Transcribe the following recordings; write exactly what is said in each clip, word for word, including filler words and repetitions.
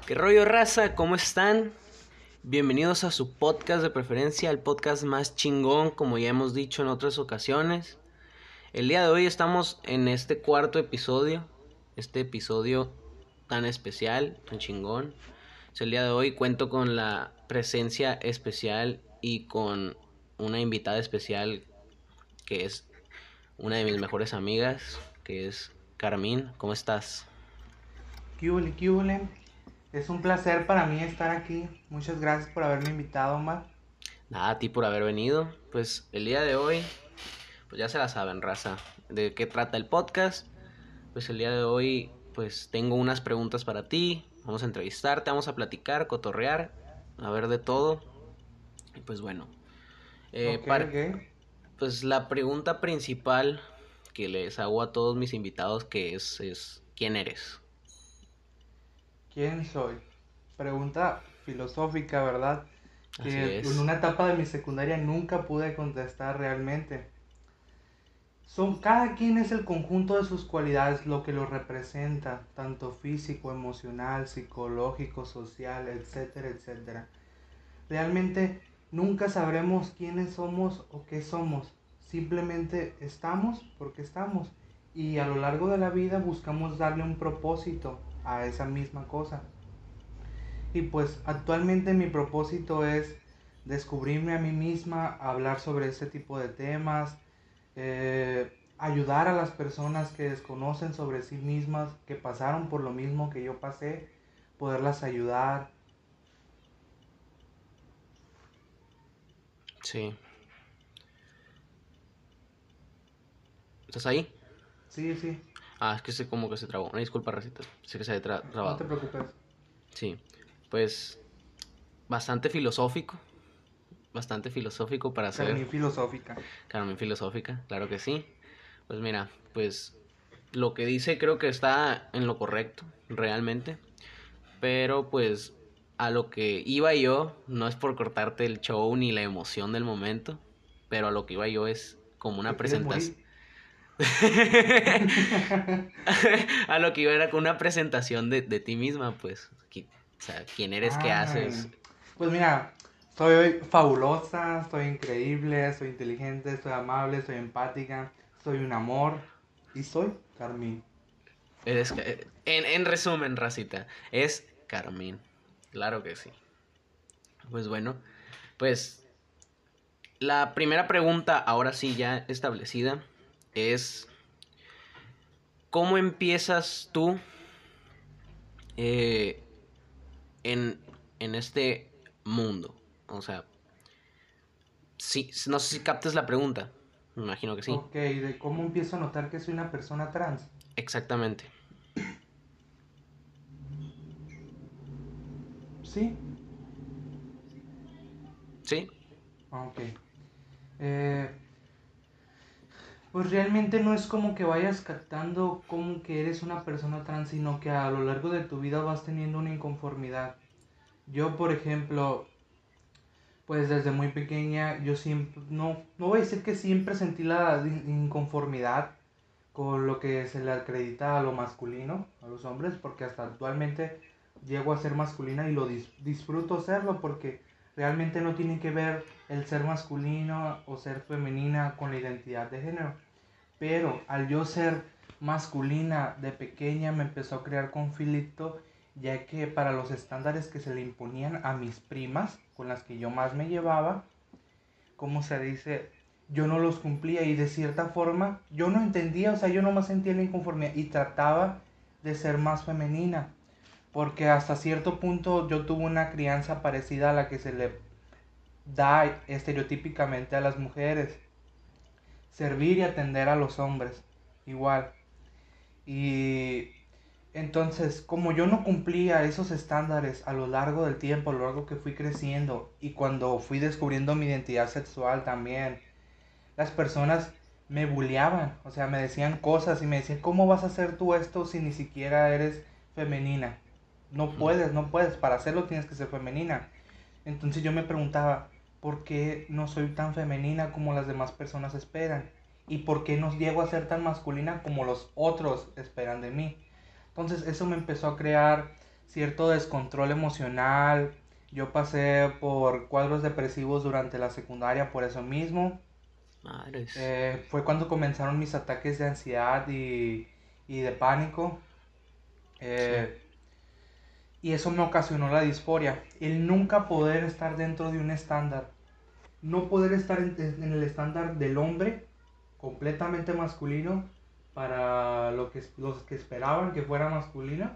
¿Qué rollo, raza? ¿Cómo están? Bienvenidos a su podcast de preferencia, el podcast más chingón, como ya hemos dicho en otras ocasiones. El día de hoy estamos en este cuarto episodio, este episodio tan especial, tan chingón. Es el día de hoy cuento con la presencia especial y con una invitada especial que es una de mis mejores amigas, que es Carmín. ¿Cómo estás? ¿Qué hule, qué hule? Es un placer para mí estar aquí. Muchas gracias por haberme invitado, Omar. Nada, a ti por haber venido. Pues el día de hoy, pues ya se la saben, raza. ¿De qué trata el podcast? Pues el día de hoy, pues tengo unas preguntas para ti. Vamos a entrevistarte, vamos a platicar, cotorrear, a ver de todo. Y pues bueno, eh, Ok, par- ok. pues la pregunta principal que les hago a todos mis invitados que es, es ¿quién eres? ¿Quién soy? Pregunta filosófica, ¿verdad? Así Que en es. una etapa de mi secundaria nunca pude contestar realmente. Son, cada quien es el conjunto de sus cualidades, lo que lo representa, tanto físico, emocional, psicológico, social, etcétera, etcétera. Realmente nunca sabremos quiénes somos o qué somos. Simplemente estamos porque estamos. Y a lo largo de la vida buscamos darle un propósito a esa misma cosa. Y pues actualmente mi propósito es descubrirme a mí misma, hablar sobre este tipo de temas, eh, ayudar a las personas que desconocen sobre sí mismas, que pasaron por lo mismo que yo pasé, poderlas ayudar. Sí. ¿Estás ahí? Sí, sí, Ah, es que sé como que se trabó. Una disculpa, racita. Sé que se había tra- no trabado. te preocupes. Sí. Pues bastante filosófico. Bastante filosófico para hacer Carmín filosófica. Carmen filosófica, claro que sí. Pues mira, pues lo que dice creo que está en lo correcto, realmente. Pero pues a lo que iba yo, no es por cortarte el show ni la emoción del momento, pero a lo que iba yo es como ¿Te una quieres presentación. morir? A lo que iba era con una presentación de, de ti misma, pues. Qui- O sea, quién eres, qué haces. Ay, pues mira, soy fabulosa, soy increíble, soy inteligente, soy amable, soy empática, soy un amor y soy Carmín. Eres, eh, en, en resumen, racita, es Carmín. Claro que sí. Pues bueno, pues la primera pregunta, ahora sí ya establecida, es ¿cómo empiezas tú eh, en, en este mundo? O sea, sí, no sé si captes la pregunta. Me imagino que sí. Ok, de cómo empiezo a notar que soy una persona trans. Exactamente. ¿Sí? ¿Sí? Ok. Eh, pues realmente no es como que vayas captando como que eres una persona trans, sino que a lo largo de tu vida vas teniendo una inconformidad. Yo, por ejemplo, pues desde muy pequeña yo siempre, no, no voy a decir que siempre sentí la inconformidad con lo que se le acredita a lo masculino, a los hombres, porque hasta actualmente llego a ser masculina y lo dis- disfruto serlo porque realmente no tiene que ver el ser masculino o ser femenina con la identidad de género. Pero al yo ser masculina de pequeña me empezó a crear conflicto, ya que para los estándares que se le imponían a mis primas, con las que yo más me llevaba, ¿cómo se dice? Yo no los cumplía y de cierta forma yo no entendía, o sea, yo nomás sentía la inconformidad y trataba de ser más femenina, porque hasta cierto punto yo tuve una crianza parecida a la que se le da estereotípicamente a las mujeres, servir y atender a los hombres, igual. Y entonces, como yo no cumplía esos estándares a lo largo del tiempo, a lo largo que fui creciendo y cuando fui descubriendo mi identidad sexual también, las personas me bulleaban, o sea, me decían cosas y me decían, ¿cómo vas a hacer tú esto si ni siquiera eres femenina? No Ujú. puedes, no puedes, para hacerlo tienes que ser femenina. Entonces yo me preguntaba, ¿por qué no soy tan femenina como las demás personas esperan? ¿Y por qué no llego a ser tan masculina como los otros esperan de mí? Entonces eso me empezó a crear cierto descontrol emocional. Yo pasé por cuadros depresivos durante la secundaria por eso mismo. Madres. Eh, fue cuando comenzaron mis ataques de ansiedad y, y de pánico. Sí. Eh, y eso me ocasionó la disforia. El nunca poder estar dentro de un estándar. No poder estar en, en el estándar del hombre completamente masculino para lo que, los que esperaban que fuera masculino.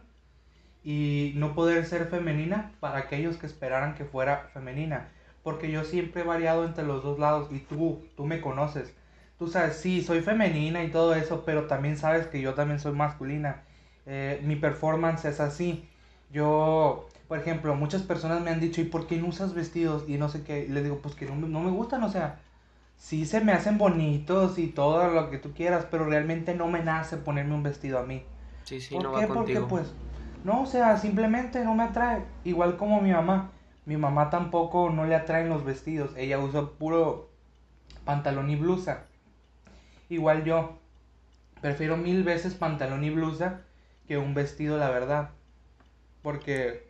Y no poder ser femenina para aquellos que esperaran que fuera femenina. Porque yo siempre he variado entre los dos lados y tú, tú me conoces. Tú sabes, sí, soy femenina y todo eso, pero también sabes que yo también soy masculina. Eh, mi performance es así. Yo, por ejemplo, muchas personas me han dicho, ¿y por qué no usas vestidos? Y no sé qué. Y les digo, pues que no, no me gustan, o sea, sí se me hacen bonitos y todo lo que tú quieras, pero realmente no me nace ponerme un vestido a mí. Sí, sí, ¿Por no va qué? Porque contigo. pues, no, o sea, simplemente no me atrae. Igual como mi mamá. Mi mamá tampoco no le atraen los vestidos. Ella usa puro pantalón y blusa. Igual yo. Prefiero mil veces pantalón y blusa que un vestido, la verdad. Porque,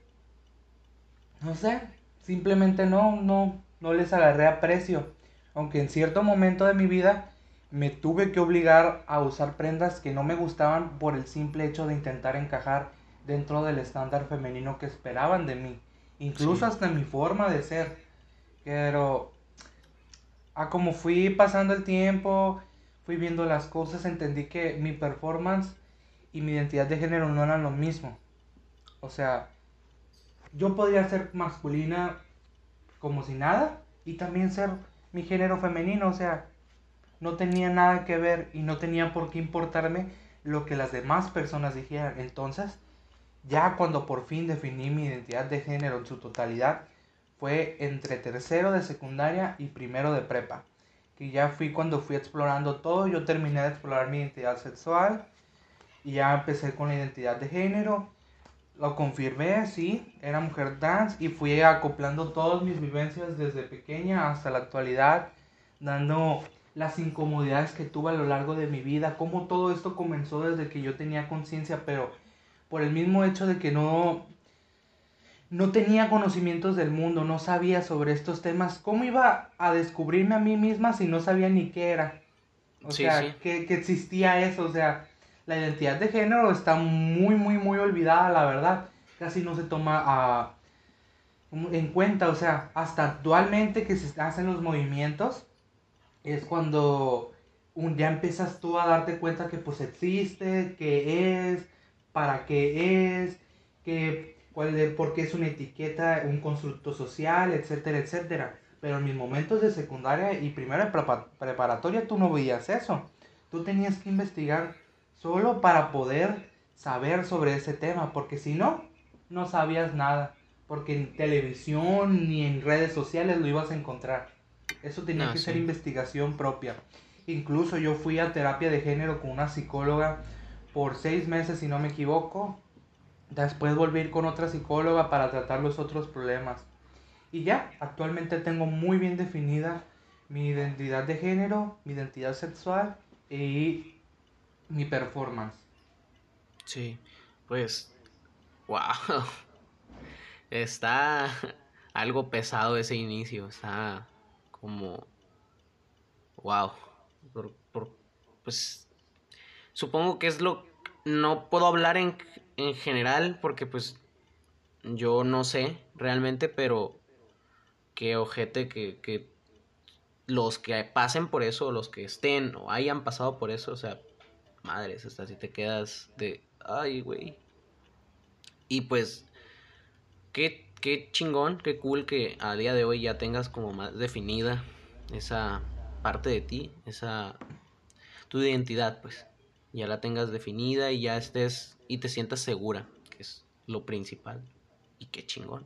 no sé, simplemente no, no, no les agarré aprecio. Aunque en cierto momento de mi vida me tuve que obligar a usar prendas que no me gustaban por el simple hecho de intentar encajar dentro del estándar femenino que esperaban de mí. Incluso Sí, hasta mi forma de ser. Pero a como fui pasando el tiempo, fui viendo las cosas, entendí que mi performance y mi identidad de género no eran lo mismo. O sea, yo podría ser masculina como si nada y también ser mi género femenino, o sea, no tenía nada que ver y no tenía por qué importarme lo que las demás personas dijeran. Entonces, ya cuando por fin definí mi identidad de género en su totalidad, fue entre tercero de secundaria y primero de prepa, que ya fui cuando fui explorando todo. Yo terminé de explorar mi identidad sexual y ya empecé con la identidad de género. Lo confirmé, sí, era mujer trans y fui acoplando todas mis vivencias desde pequeña hasta la actualidad, dando las incomodidades que tuve a lo largo de mi vida, cómo todo esto comenzó desde que yo tenía conciencia, pero por el mismo hecho de que no, no tenía conocimientos del mundo, no sabía sobre estos temas, ¿cómo iba a descubrirme a mí misma si no sabía ni qué era? O sí, sí. sea, que, que existía eso, o sea, la identidad de género está muy, muy, muy olvidada, la verdad. Casi no se toma a, en cuenta, o sea, hasta actualmente que se hacen los movimientos, es cuando un, ya empiezas tú a darte cuenta que pues existe, qué es, para qué es, que, cuál es, por qué es una etiqueta, un constructo social, etcétera, etcétera. Pero en mis momentos de secundaria y primero de prepa- preparatoria tú no veías eso. Tú tenías que investigar solo para poder saber sobre ese tema, porque si no, no sabías nada. Porque en televisión ni en redes sociales lo ibas a encontrar. Eso tenía No, que ser sí. investigación propia. Incluso yo fui a terapia de género con una psicóloga por seis meses, si no me equivoco. Después volví a ir con otra psicóloga para tratar los otros problemas. Y ya, actualmente tengo muy bien definida mi identidad de género, mi identidad sexual y mi performance. Sí. Pues, wow. Está algo pesado ese inicio. Está como, wow. Por, por- pues, supongo que es lo... No puedo hablar en, en general porque pues yo no sé realmente, pero qué ojete que, que los que pasen por eso, los que estén o hayan pasado por eso, o sea, madres, hasta si te quedas de, ay, güey. Y pues, qué, qué chingón, qué cool que a día de hoy ya tengas como más definida esa parte de ti, esa, tu identidad, pues. Ya la tengas definida y ya estés y te sientas segura, que es lo principal. Y qué chingón.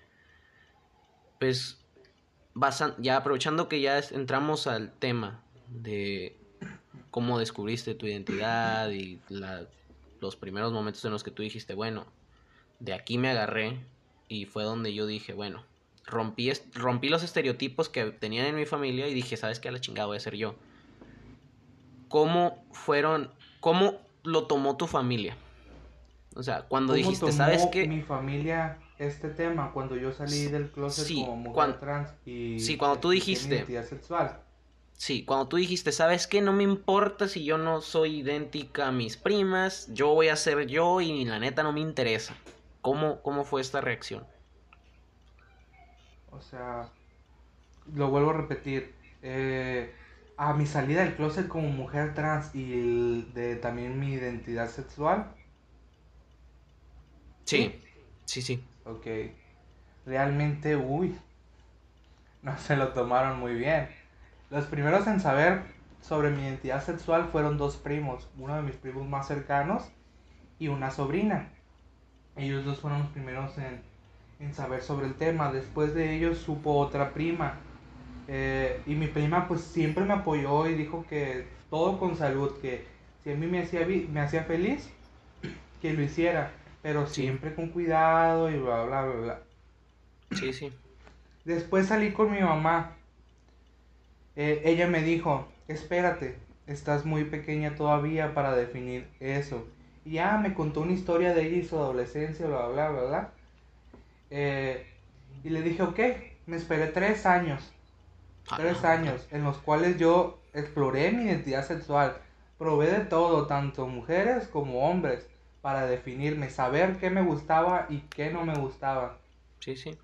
Pues, basan, ya aprovechando que ya entramos al tema de cómo descubriste tu identidad y la, los primeros momentos en los que tú dijiste, bueno, de aquí me agarré y fue donde yo dije, bueno, rompí, rompí los estereotipos que tenían en mi familia y dije, ¿sabes qué? A la chingada voy a ser yo. ¿Cómo fueron, cómo lo tomó tu familia? O sea, cuando ¿Cómo dijiste, ¿sabes tomó qué? mi familia este tema cuando yo salí del closet como Sí, mujer cuando, trans sí, y cuando tú expliqué mi dijiste, identidad sexual? sí, cuando tú dijiste, ¿sabes qué? No me importa si yo no soy idéntica a mis primas, yo voy a ser yo y la neta no me interesa. ¿Cómo, cómo fue esta reacción? O sea, lo vuelvo a repetir. eh, a mi salida del closet como mujer trans y el de también mi identidad sexual, Sí, ¿sí? sí, sí. Ok. Realmente, uy, no se lo tomaron muy bien. Los primeros en saber sobre mi identidad sexual fueron dos primos, uno de mis primos más cercanos y una sobrina. Ellos dos fueron los primeros en, en saber sobre el tema. Después de ellos supo otra prima. Eh, y mi prima pues siempre me apoyó y dijo que todo con salud, que si a mí me hacía, vi- me hacía feliz, que lo hiciera, pero Sí, siempre con cuidado y bla, bla, bla, bla. sí, sí. Después salí con mi mamá. Eh, ella me dijo, espérate, estás muy pequeña todavía para definir eso. Y ya me contó una historia de ella y su adolescencia, bla, bla, bla, bla. Eh, y le dije, ok, me esperé tres años, A la tres madre. años en los cuales yo exploré mi identidad sexual. Probé de todo, tanto mujeres como hombres, para definirme, saber qué me gustaba y qué no me gustaba. Sí, sí.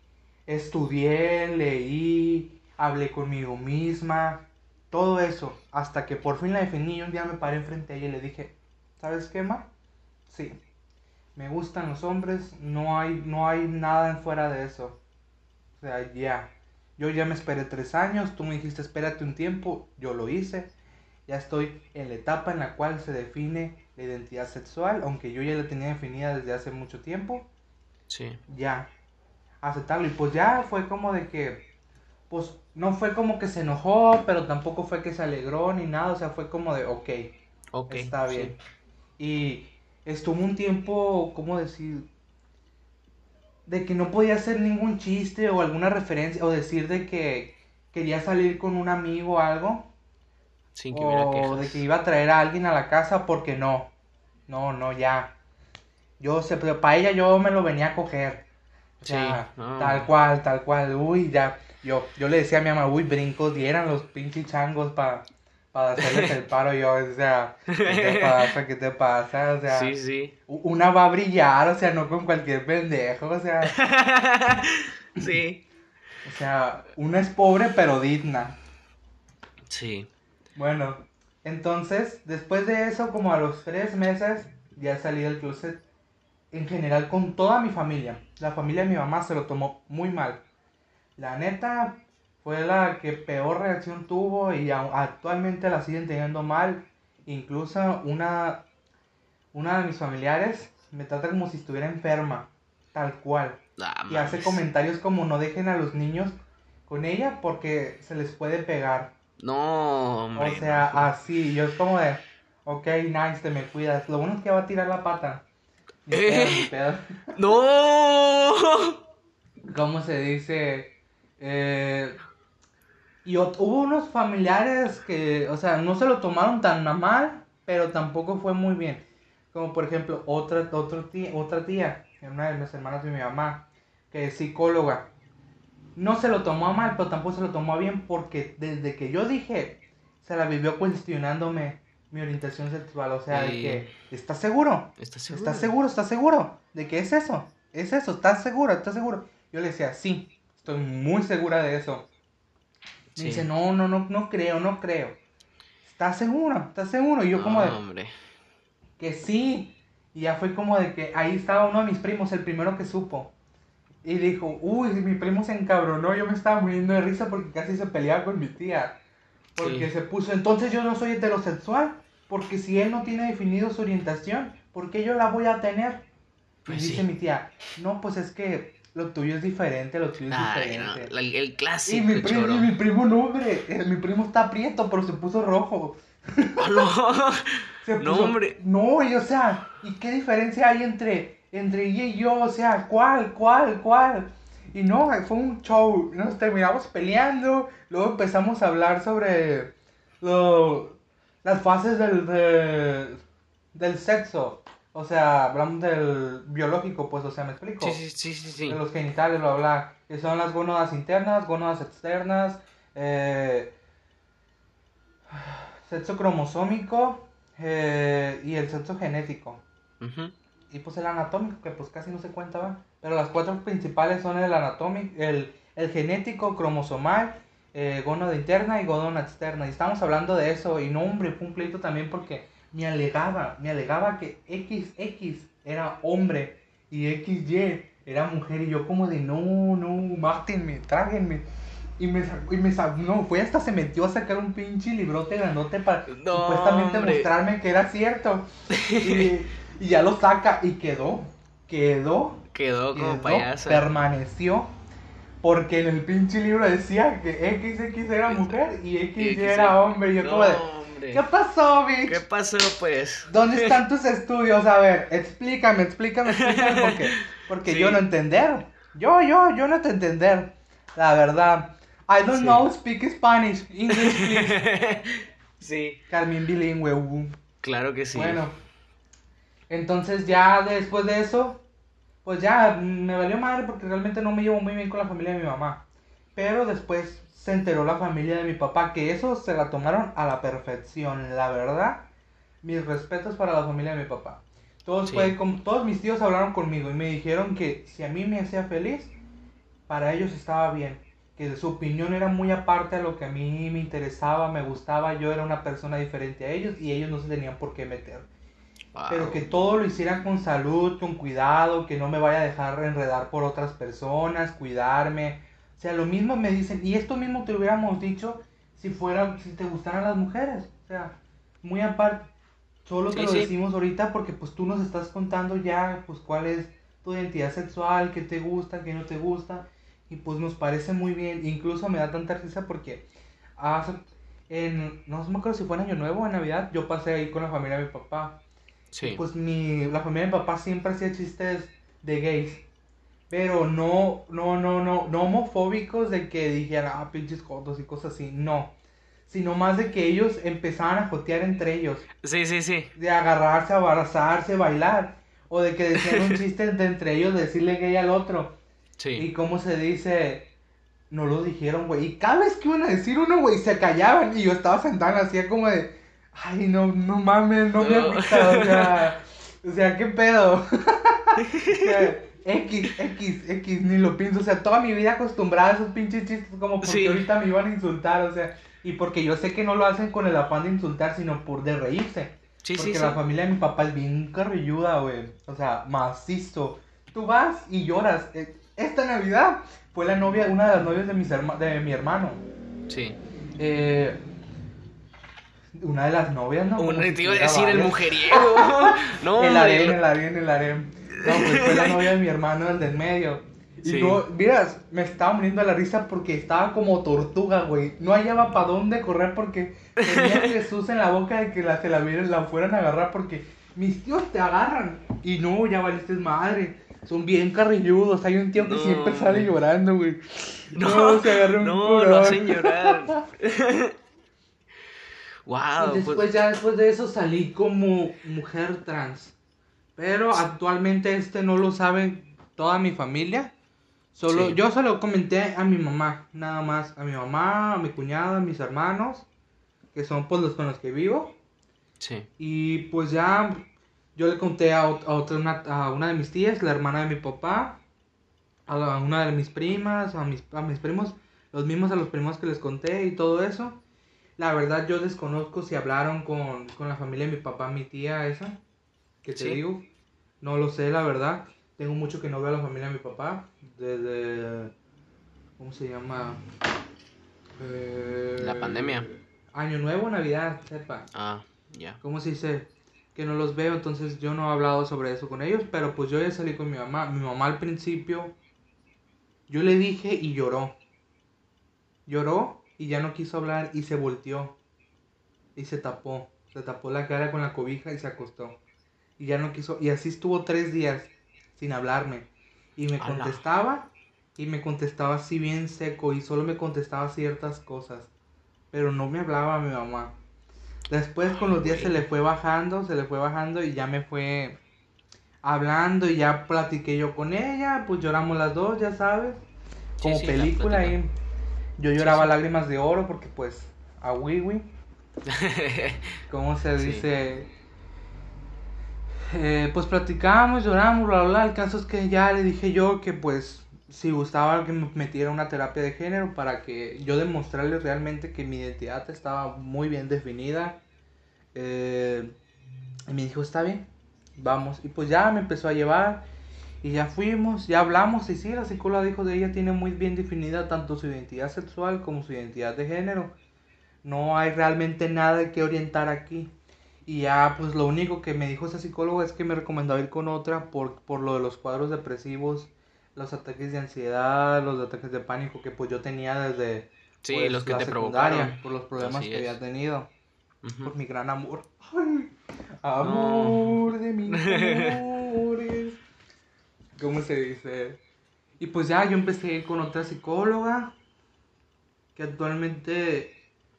Estudié, leí, hablé conmigo misma, todo eso, hasta que por fin la definí y un día me paré enfrente a ella y le dije, ¿sabes qué, ma? Sí, me gustan los hombres, no hay, no hay nada fuera de eso. O sea, ya. Yo ya me esperé tres años, tú me dijiste espérate un tiempo, yo lo hice. Ya estoy en la etapa en la cual se define la identidad sexual, aunque yo ya la tenía definida desde hace mucho tiempo. Sí. Ya, aceptarlo. Y pues ya fue como de que, pues no fue como que se enojó, pero tampoco fue que se alegró ni nada. O sea, fue como de, ok, Ok, está sí. bien. Y estuvo un tiempo, ¿cómo decir? De que no podía hacer ningún chiste o alguna referencia o decir de que quería salir con un amigo o algo Sin que hubiera o de que quejas. iba a traer a alguien a la casa porque no, no, no, ya. Yo sé, pero para ella yo me lo venía a coger. O Sí, sea, no, tal hombre. cual, tal cual. Uy, ya. Yo, yo le decía a mi mamá, uy, brincos, dieran los pinches changos para para hacerles el paro. Yo, o sea, ¿qué te pasa? ¿Qué te pasa? O Sí, sea, sí. u- una va a brillar, o sea, no con cualquier pendejo, o sea. Sí. O sea, una es pobre pero digna. Sí. Bueno, entonces, después de eso, como a los tres meses, ya salí del closet en general con toda mi familia. La familia de mi mamá se lo tomó muy mal. La neta fue la que peor reacción tuvo y a- actualmente la siguen teniendo mal. Incluso una, una de mis familiares me trata como si estuviera enferma, tal cual. Ah, Y hace mames. comentarios como no dejen a los niños con ella porque se les puede pegar. No, O hombre, no. sea, así, yo es como de, ok, nice, te me cuidas. Lo bueno es que va a tirar la pata. Ni pedo, ni ¡Eh! pedo. ¡No! ¿Cómo se dice? Eh, y ot- hubo unos familiares que, o sea, no se lo tomaron tan a mal, pero tampoco fue muy bien. Como por ejemplo, otra, otro tía, otra tía, una de mis hermanas de mi mamá, que es psicóloga. No se lo tomó a mal, pero tampoco se lo tomó a bien porque desde que yo dije, se la vivió cuestionándome mi orientación sexual. O sea, de Y... que, ¿estás seguro? ¿Estás ¿Estás seguro? seguro? ¿Estás seguro? ¿De qué es eso? ¿Es eso? ¿Estás seguro? ¿Estás seguro? Yo le decía, sí, estoy muy segura de eso. Me dice, Sí. no, no, no, no creo, no creo. ¿Estás seguro? ¿Estás seguro? Y yo como de, No, hombre. que sí. Y ya fue como de que ahí estaba uno de mis primos, el primero que supo. Y dijo, uy, mi primo se encabronó, yo me estaba muriendo de risa porque casi se peleaba con mi tía. Sí. Porque se puso, entonces yo no soy heterosexual, porque si él no tiene definido su orientación, ¿por qué yo la voy a tener? Y Pues dice sí. mi tía, no, pues es que lo tuyo es diferente, lo tuyo es Ay, no. diferente. la- El Y mi, clásico pri- y choro. mi primo, no, hombre, eh, mi primo está prieto, pero se puso rojo. ¡Hola! Se No, puso, hombre. no, y o sea, ¿y qué diferencia hay entre, entre ella y yo? O sea, ¿cuál, cuál, cuál? Y no, fue un show, nos terminamos peleando, luego empezamos a hablar sobre lo, las fases del, de- del sexo. O sea, hablamos del biológico, pues, o sea, ¿me Sí, explico? sí, sí, sí, De sí. los genitales, bla, bla. Que son las gónadas internas, gónadas externas, eh, sexo cromosómico eh, y el sexo genético. Ujú. Y pues el anatómico, que pues casi no se cuenta, ¿va? Pero las cuatro principales son el anatómico, el, el genético, cromosomal, eh, gónada interna y gónada externa. Y estamos hablando de eso, y no, hombre, fue un pleito también porque me alegaba, me alegaba que equis equis era hombre y equis ye era mujer. Y yo como de, no, no, mátenme, tráguenme. Y me sacó, y me sacó, no, fue hasta se metió a sacar un pinche librote grandote para No, supuestamente hombre. mostrarme que era cierto. Y, y ya lo saca y quedó, quedó, Quedó como quedó, payasa. permaneció. Porque en el pinche libro decía que equis equis era mujer y Y equis y X, era hombre. Y yo como de, no, ¿qué hombre. pasó, ¿Qué bitch? pasó, pues? ¿Dónde están tus estudios? A ver, explícame, explícame, explícame porque, porque yo no Sí, entender. Yo, yo, yo no te entender. La verdad. I don't sí. know speak Spanish. English, please. Sí, Carmín bilingüe. uh. claro que sí. Bueno, entonces ya después de eso, pues ya mm, me valió madre porque realmente no me llevo muy bien con la familia de mi mamá. Pero después se enteró la familia de mi papá que eso se la tomaron a la perfección, la verdad. Mis respetos para la familia de mi papá. Todos, Sí. fue, como, todos mis tíos hablaron conmigo y me dijeron que si a mí me hacía feliz, para ellos estaba bien. Que su opinión era muy aparte a lo que a mí me interesaba, me gustaba. Yo era una persona diferente a ellos y ellos no se tenían por qué meter. Pero Wow. que todo lo hiciera con salud, con cuidado, que no me vaya a dejar enredar por otras personas, cuidarme. O sea, lo mismo me dicen, y esto mismo te hubiéramos dicho si fuera, si te gustaran las mujeres. O sea, muy aparte. Solo te Sí, lo sí. decimos ahorita porque pues tú nos estás contando ya pues cuál es tu identidad sexual, qué te gusta, qué no te gusta. Y pues nos parece muy bien. Incluso me da tanta risa porque hace, en, no me acuerdo si fue en Año Nuevo o en Navidad, yo pasé ahí con la familia de mi papá. Y Sí. pues mi, la familia de mi papá siempre hacía chistes de gays. Pero no, no, no, no, no homofóbicos de que dijeran, ah, pinches jotos y cosas así. No. Sino más de que ellos empezaban a jotear entre ellos, Sí, sí, sí. de agarrarse, abrazarse, bailar, o de que decían un chiste de entre ellos, de decirle gay al otro. Sí. Y cómo se dice, no lo dijeron, güey. Y cada vez que iban a decir uno, güey, se callaban. Y yo estaba sentado así como de, ay, no, no mames, no me No. agüita, o sea, o sea, ¿qué pedo? O sea, X, X, X, ni lo pienso. O sea, toda mi vida acostumbrada a esos pinches chistes, como porque Sí. ahorita me iban a insultar, o sea, y porque yo sé que no lo hacen con el afán de insultar, sino por de reírse. Sí, sí, Porque la sí. familia de mi papá es bien carrilluda, güey. O sea, macizo. Tú vas y lloras. Eh, Esta Navidad fue la novia, una de las novias de, mis herma- de mi hermano. Sí. Eh, una de las novias, ¿no? Un, Como si te iba a tuviera decir el varias. mujeriego. No, El hombre. harem, lo- el harem, el harem. No, pues fue la novia de mi hermano, el del medio. Y Sí. no, miras, me estaba muriendo de la risa porque estaba como tortuga, güey. No hallaba para dónde correr porque tenía a Jesús en la boca de que la, se la, vieran, la fueran a agarrar porque mis tíos te agarran. Y no, ya valiste madre. Son bien carrilludos. Hay un tío que No, siempre sale hombre. llorando, güey. No, No, se agarró un no, lo curón. hacen llorar. Y Wow, pues después, ya después de eso, salí como mujer trans. Pero actualmente este no lo sabe toda mi familia. Solo, sí, yo se lo comenté a mi mamá, nada más. A mi mamá, a mi cuñada, a mis hermanos, que son pues los con los que vivo. sí, Y pues ya yo le conté a, ot- a otra, una, a una de mis tías, la hermana de mi papá, a, la- a una de mis primas, a mis, a mis primos, los mismos a los primos que les conté y todo eso. La verdad yo desconozco si hablaron con, con la familia de mi papá, mi tía esa, que te sí. digo. No lo sé, la verdad. Tengo mucho que no veo a la familia de mi papá. Desde... ¿Cómo se llama? La pandemia. Eh, Año Nuevo, Navidad, sepa. Ah, ya. ¿Cómo se dice? Que no los veo, entonces yo no he hablado sobre eso con ellos. Pero pues yo ya salí con mi mamá. Mi mamá al principio, yo le dije y lloró. Lloró y ya no quiso hablar y se volteó. Y se tapó. Se tapó la cara con la cobija y se acostó. Y ya no quiso. Y así estuvo tres días sin hablarme. Y me Ala. contestaba. Y me contestaba así bien seco. Y solo me contestaba ciertas cosas. Pero no me hablaba mi mamá. Después con Ay, los días se le güey. fue bajando. Se le fue bajando. Y ya me fue. hablando y ya platiqué yo con ella, pues lloramos las dos, ya sabes, como Sí, sí, película ahí. Yo Sí, lloraba sí. lágrimas de oro porque pues a Wiwi, ¿cómo se Sí. dice? Eh, pues platicamos, lloramos, bla, bla, bla. El caso es que ya le dije yo que pues si gustaba que me metiera una terapia de género para que yo demostrarle realmente que mi identidad estaba muy bien definida. Eh, y me dijo, está bien, vamos. Y pues ya me empezó a llevar y ya fuimos, ya hablamos. Y sí, la psicóloga dijo de ella tiene muy bien definida tanto su identidad sexual como su identidad de género. No hay realmente nada que orientar aquí. Y ya, pues lo único que me dijo ese psicólogo es que me recomendaba ir con otra por, por lo de los cuadros depresivos, los ataques de ansiedad, los ataques de pánico que pues yo tenía desde Sí, los pues que la te provocaron. secundaria, por los problemas Así que había es. tenido, Ujú. por mi gran amor. Ay, No. amor de mis amores. ¿Cómo se dice? Y pues ya yo empecé a ir con otra psicóloga que actualmente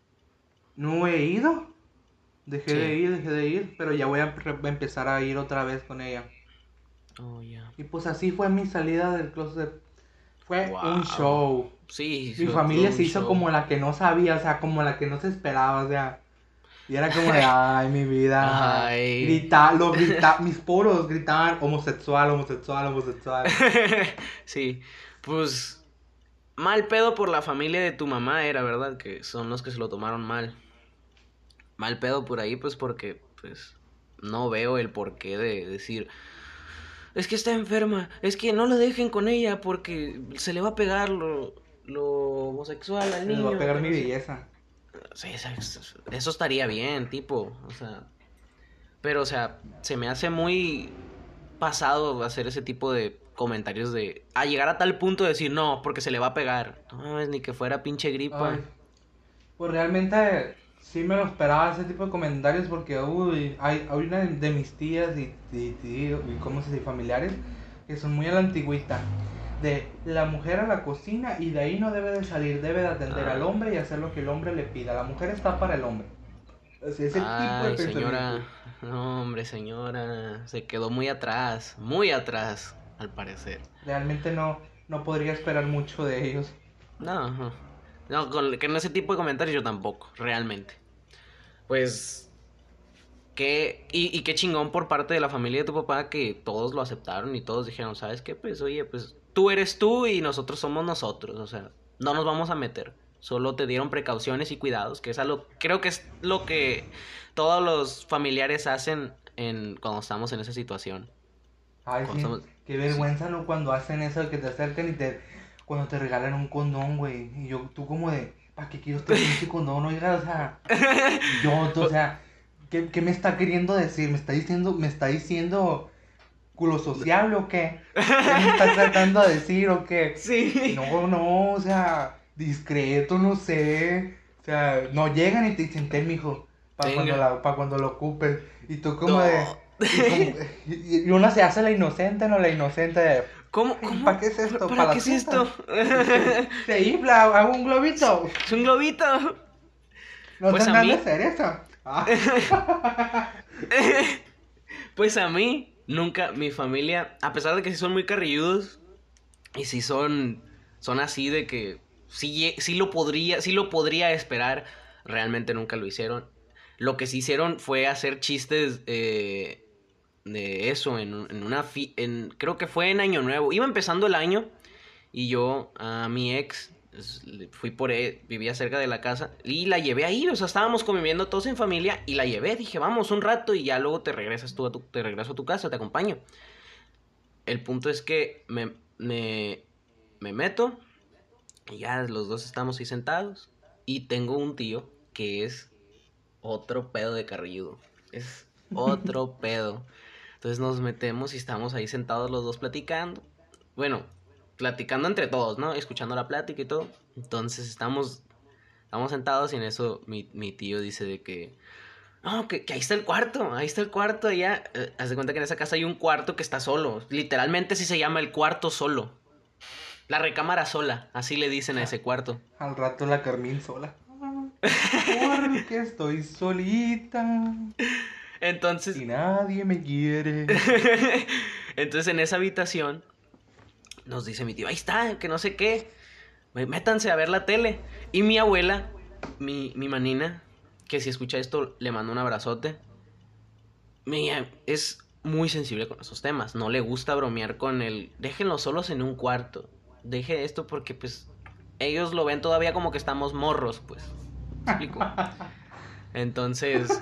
no he ido. Dejé de Sí. ir, dejé de ir, pero ya voy a re- empezar a ir otra vez con ella. Oh, ya. Y pues así fue mi salida del closet. Fue un Wow. show. Sí, Mi fue todo familia un se hizo show. como la que no sabía, o sea, como la que no se esperaba, o sea. Y era como de, ay, mi vida. Ay. Grita, lo grita, mis poros gritaban homosexual, homosexual, homosexual. Sí. Pues mal pedo por la familia de tu mamá era, ¿verdad? Que son los que se lo tomaron mal. Mal pedo por ahí, pues porque, pues, no veo el porqué de decir, es que está enferma, es que no lo dejen con ella porque se le va a pegar lo, lo homosexual al Se les va a niño, pegar que mi no sé. belleza. Sí, eso, eso estaría bien, tipo, o sea, pero, o sea, se me hace muy pasado hacer ese tipo de comentarios de, a llegar a tal punto de decir, no, porque se le va a pegar. No, es ni que fuera pinche gripa. Ay, pues realmente sí me lo esperaba ese tipo de comentarios porque, uy, hay, hay una de mis tías y, y, y, y ¿cómo se dice? Familiares que son muy a la antigüita. De la mujer a la cocina y de ahí no debe de salir, debe de atender al Ah, hombre y hacer lo que el hombre le pida. La mujer está para el hombre. Así, ese tipo de ay, pensamiento. señora, no, hombre, señora, se quedó muy atrás, muy atrás, al parecer. Realmente no, no podría esperar mucho de ellos. No, no, no, con, con ese tipo de comentarios yo tampoco, realmente. Pues, qué, y, y qué chingón por parte de la familia de tu papá que todos lo aceptaron y todos dijeron, ¿sabes qué? Pues, oye, pues, tú eres tú y nosotros somos nosotros, o sea, no nos vamos a meter. Solo te dieron precauciones y cuidados, que es algo, creo que es lo que todos los familiares hacen en, cuando estamos en esa situación. Ay, Cuando sí, estamos, qué sí. vergüenza, ¿no? Cuando hacen eso, que te acercan y te... Cuando te regalan un condón, güey. Y yo, tú como de, ¿para qué quiero este pinche condón? Oiga, o sea... Yo, o sea, ¿qué, qué me está queriendo decir? ¿Me está diciendo, me está diciendo culo sociable o qué? ¿Qué me está tratando de decir o qué? Sí. No, no, o sea, discreto, no sé. O sea, no llegan y te dicen, ten, mijo, para cuando, Tenga. la, pa' cuando lo ocupes. Y tú como de... No. Y, como, y, y una se hace la inocente, ¿no? La inocente de... ¿Cómo? Ay, ¿para ¿Cómo? qué es ¿Para, esto? para ¿Para qué las es esto? fiestas? Se, se infla, hago un globito. Es un globito. No Pues tan a grande mí. cereza. Ah. Pues a mí, nunca, mi familia, a pesar de que sí son muy carrilludos y sí son, son así de que sí, sí lo podría, sí lo podría esperar, realmente nunca lo hicieron. Lo que sí hicieron fue hacer chistes eh, de eso en, un- en una, fi- en, creo que fue en Año Nuevo. Iba empezando el año y yo a mi ex es, le- fui por él, vivía cerca de la casa y la llevé ahí, o sea, estábamos conviviendo todos en familia y la llevé, dije, vamos un rato y ya luego te regresas tú a tu, te regreso a tu casa, te acompaño. El punto es que me, me, me meto y ya los dos estamos ahí sentados y tengo un tío que es otro pedo de carrilludo, es otro pedo. Entonces nos metemos y estamos ahí sentados los dos platicando. Bueno, platicando entre todos, ¿no? Escuchando la plática y todo. Entonces estamos, estamos sentados y en eso mi, mi tío dice de que... No, que, que ahí está el cuarto, ahí está el cuarto, allá. Eh, haz de cuenta que en esa casa hay un cuarto que está solo. Literalmente sí se llama el cuarto solo. La recámara sola, así le dicen a ese cuarto. Al rato la Carmín sola. Porque estoy solita. Entonces, Y nadie me quiere. entonces en esa habitación nos dice mi tío, ahí está, que no sé qué, métanse a ver la tele. Y mi abuela, mi, mi manina, que si escucha esto le mando un abrazote, mi, es muy sensible con esos temas. No le gusta bromear con el, déjenlos solos en un cuarto. Deje esto porque pues ellos lo ven todavía como que estamos morros, pues. ¿Me explico? Entonces,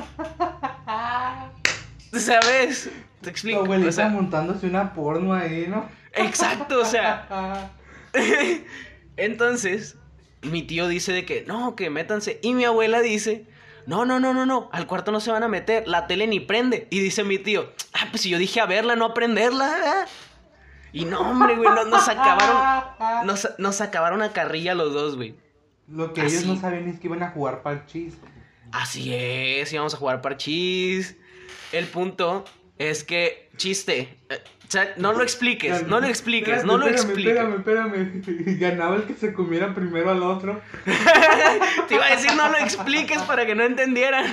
¿sabes? Te Tu explico. abuelita O sea, montándose una porno ahí, ¿no? exacto, o sea. Entonces, mi tío dice de que no, que métanse. Y mi abuela dice, no, no, no, no, no, al cuarto no se van a meter, la tele ni prende. Y dice mi tío, ah, pues si yo dije a verla, no a prenderla. ¿eh? Y no, hombre, güey, no, nos acabaron, nos, nos acabaron a carrilla los dos, güey. Lo que ellos no Así, sabían es que iban a jugar parchís. así es, íbamos a jugar parchís. El punto es que, chiste, eh, o sea, no lo expliques, no lo expliques, Espérate, no lo espérame, expliques. espérame, espérame. Ganaba el que se comiera primero al otro. Te iba a decir no lo expliques para que no entendieran.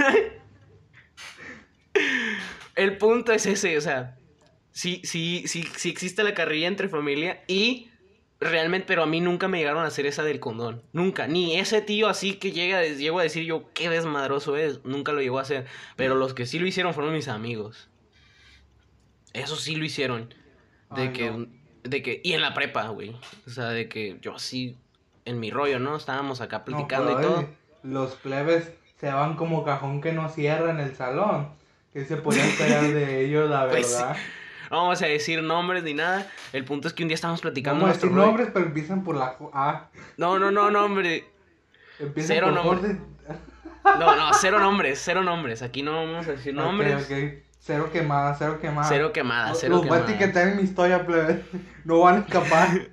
El punto es ese, o sea, sí, sí, sí, sí existe la carrilla entre familia y realmente, pero a mí nunca me llegaron a hacer esa del condón. Nunca, ni ese tío así que llega, llego a decir yo qué desmadroso es, nunca lo llegó a hacer. Pero los que sí lo hicieron fueron mis amigos. Eso sí lo hicieron. De Ay, que, no. de que, y en la prepa, güey. O sea, de que yo así, en mi rollo, ¿no? Estábamos acá No, platicando y pero todo. ay, los plebes se van como cajón que no cierra en el salón. ¿Qué se podía esperar de ellos, la Pues sí. verdad? No vamos a decir nombres ni nada. El punto es que un día estábamos No platicando vamos a nuestro decir rollo. nombres, pero empiezan por la jo- A. No, no, no, no, hombre. Empiezan Cero por nombres. Jorge. No, no, cero nombres, cero nombres. Aquí no vamos a decir Ok, nombres. ok. Cero quemada, cero quemada. Cero quemada, Lo- cero Los voy a quemada. etiquetar en mi historia, plebe. No van a escapar.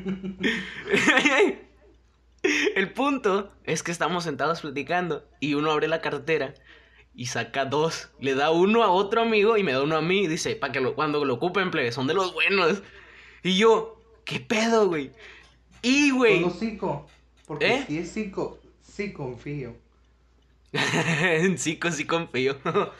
El punto es que estamos sentados platicando y uno abre la cartera y saca dos. Le da uno a otro amigo y me da uno a mí. Y dice, para que lo, cuando lo ocupen, plebe, son de los buenos. Y yo, ¿qué pedo, güey? Y, Son güey. los psico. Porque ¿Eh? si es psico, sí confío. En Zico sí confío.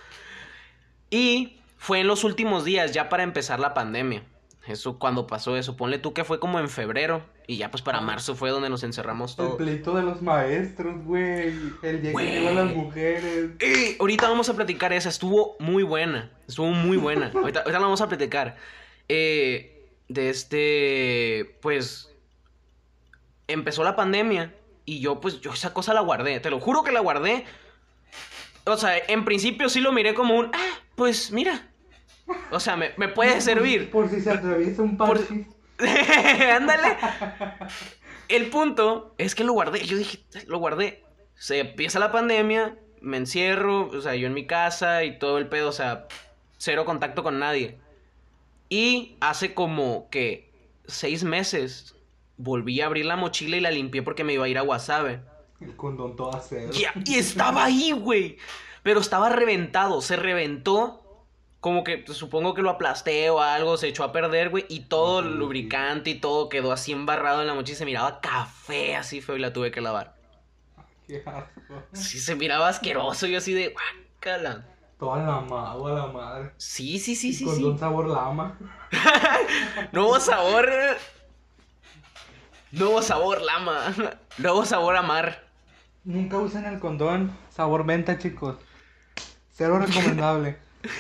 Y fue en los últimos días, ya para empezar la pandemia. Eso, cuando pasó eso, ponle tú que fue como en febrero. Y ya pues para marzo fue donde nos encerramos El todos. pleito de los maestros, güey. El día Güey. que llevan las mujeres. Y ahorita vamos a platicar esa, estuvo muy buena. Estuvo muy buena. Ahorita, ahorita la vamos a platicar. Eh, de este, pues, empezó la pandemia. Y yo, pues, yo esa cosa la guardé. Te lo juro que la guardé. O sea, en principio sí lo miré como un, ah, pues mira. O sea, me, me puede servir. Por si se atraviesa un Por- parchís. Ándale. El punto es que lo guardé. Yo dije, lo guardé. Se empieza la pandemia, me encierro, o sea, yo en mi casa y todo el pedo, o sea, cero contacto con nadie. Y hace como que seis meses volví a abrir la mochila y la limpié porque me iba a ir a Guasave. El condón todo acero. Ya, y estaba ahí, güey. Pero estaba reventado, se reventó. Como que pues, supongo que lo aplasté o algo, se echó a perder, güey. Y todo el lubricante y todo quedó así embarrado en la mochila. Se miraba café así feo y la tuve que lavar. Qué asco. Sí, se miraba asqueroso. Yo así de, guácala. Toda la magua, la madre. Sí, sí, sí, sí, Condón sí. sabor lama. Nuevo sabor. Nuevo sabor lama. Nuevo sabor amar. Nunca usen el condón sabor venta, chicos. Cero recomendable.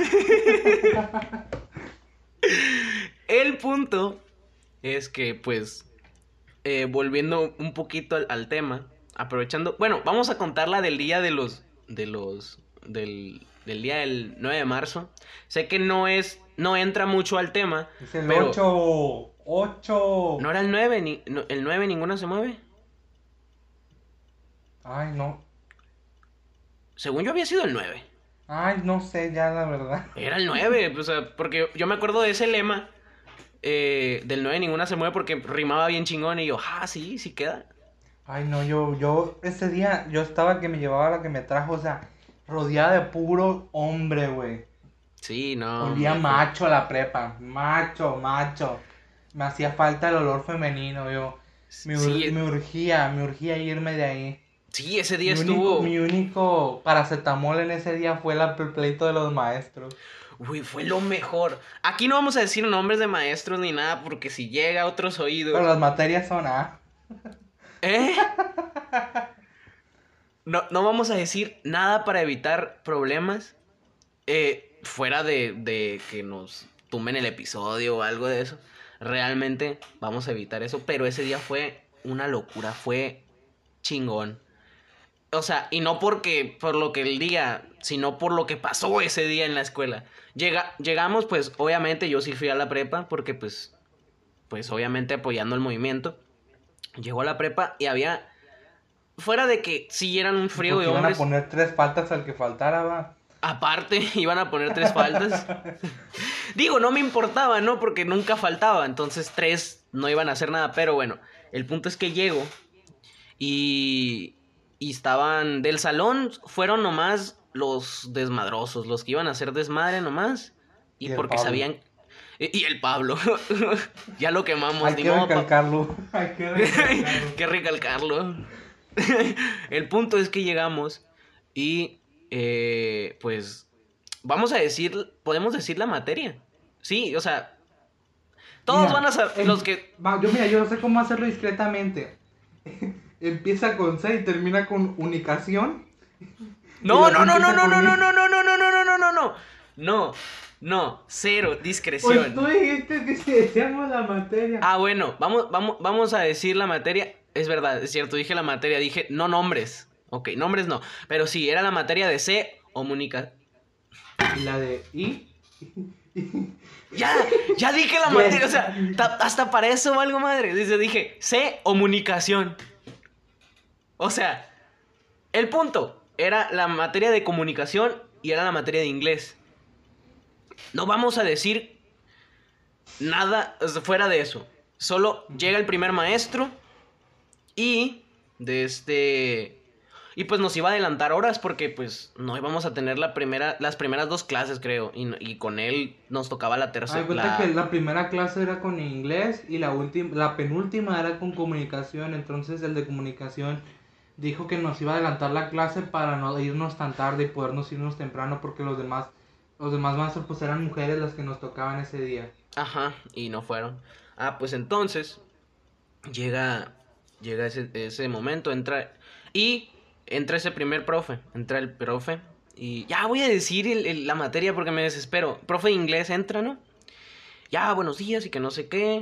El punto es que, pues, eh, volviendo un poquito al, al tema, aprovechando, bueno, vamos a contar la del día de los, de los, del, del día del nueve de marzo. Sé que no es, no entra mucho al tema, Es el pero ocho. ocho. ¿no era el nueve? Ni, no, ¿el nueve ninguna se mueve? Ay, no. Según yo había sido el nueve. Ay, no sé ya, la verdad. Era el nueve, o sea, porque yo me acuerdo de ese lema eh, del nueve ninguna se mueve porque rimaba bien chingón y yo, ah, sí, sí queda. Ay, no, yo, yo, ese día, yo estaba que me llevaba la que me trajo, o sea, rodeada de puro hombre, güey. Sí, no. Olía me- macho la prepa, macho, macho. Me hacía falta el olor femenino, yo. Me, ur- Sí, me urgía, me urgía irme de ahí. Sí, ese día Mi estuvo... único, mi único paracetamol en ese día fue la- el pleito de los maestros. Uy, fue lo mejor. Aquí no vamos a decir nombres de maestros ni nada porque si llega a otros Pero oídos... las materias son A. ¿Eh? No, no vamos a decir nada para evitar problemas. Eh, fuera de, de que nos tumben el episodio o algo de eso. Realmente vamos a evitar eso. Pero ese día fue una locura. Fue chingón. O sea, y no porque por lo que el día, sino por lo que pasó ese día en la escuela. Llega, llegamos, pues, obviamente, yo sí fui a la prepa, porque pues, pues, obviamente apoyando el movimiento. Llegó a la prepa y había, fuera de que sí eran un frío de Porque iban a hombres, poner tres faltas al que faltara, va. aparte iban a poner tres faltas. Digo, no me importaba, ¿no? Porque nunca faltaba, entonces tres no iban a hacer nada, pero bueno, el punto es que llego y, y estaban del salón, fueron nomás los desmadrosos, los que iban a hacer desmadre nomás, y, Y el porque Pablo. sabían... Y, y el Pablo, ya lo quemamos, Hay ni que modo, pa- recalcarlo. Hay que recalcarlo. que recalcarlo. El punto es que llegamos y eh, pues vamos a decir, podemos decir la materia. Sí, o sea, todos Mira, van a saber, em- los que... va, yo, mira, yo sé cómo hacerlo discretamente. Empieza con C y termina con unicación. No, Y no, después no, no, empieza no, con no, I. no, no, no, no, no, no, no, no, no. No, no, cero, Pues discreción. tú dijiste que si decíamos la materia. Ah, bueno, vamos, vamos, vamos a decir la materia. Es verdad, es cierto, dije la materia, dije no nombres. Ok, nombres no. Pero sí, era la materia de C o comunica... Y la de I. Ya, ya dije la Yes. materia, o sea, ta- hasta para eso valgo madre. Dice, dije, C, comunicación. O sea, el punto era la materia de comunicación y era la materia de inglés. No vamos a decir nada o sea, fuera de eso. Solo llega el primer maestro y de este... Y pues nos iba a adelantar horas porque pues no íbamos a tener la primera, las primeras dos clases creo. Y, y con él nos tocaba la Ay, tercera. cuenta La... que la primera clase era con inglés y la última, la penúltima era con comunicación. Entonces el de comunicación dijo que nos iba a adelantar la clase para no irnos tan tarde y podernos irnos temprano porque los demás, los demás maestros pues eran mujeres las que nos tocaban ese día. Ajá, y no fueron. Ah, pues entonces llega llega ese, ese momento, entra y entra ese primer profe, entra el profe y ya voy a decir el- el- la materia porque me desespero. Profe de inglés entra, ¿no? Ya, buenos días y que no sé qué.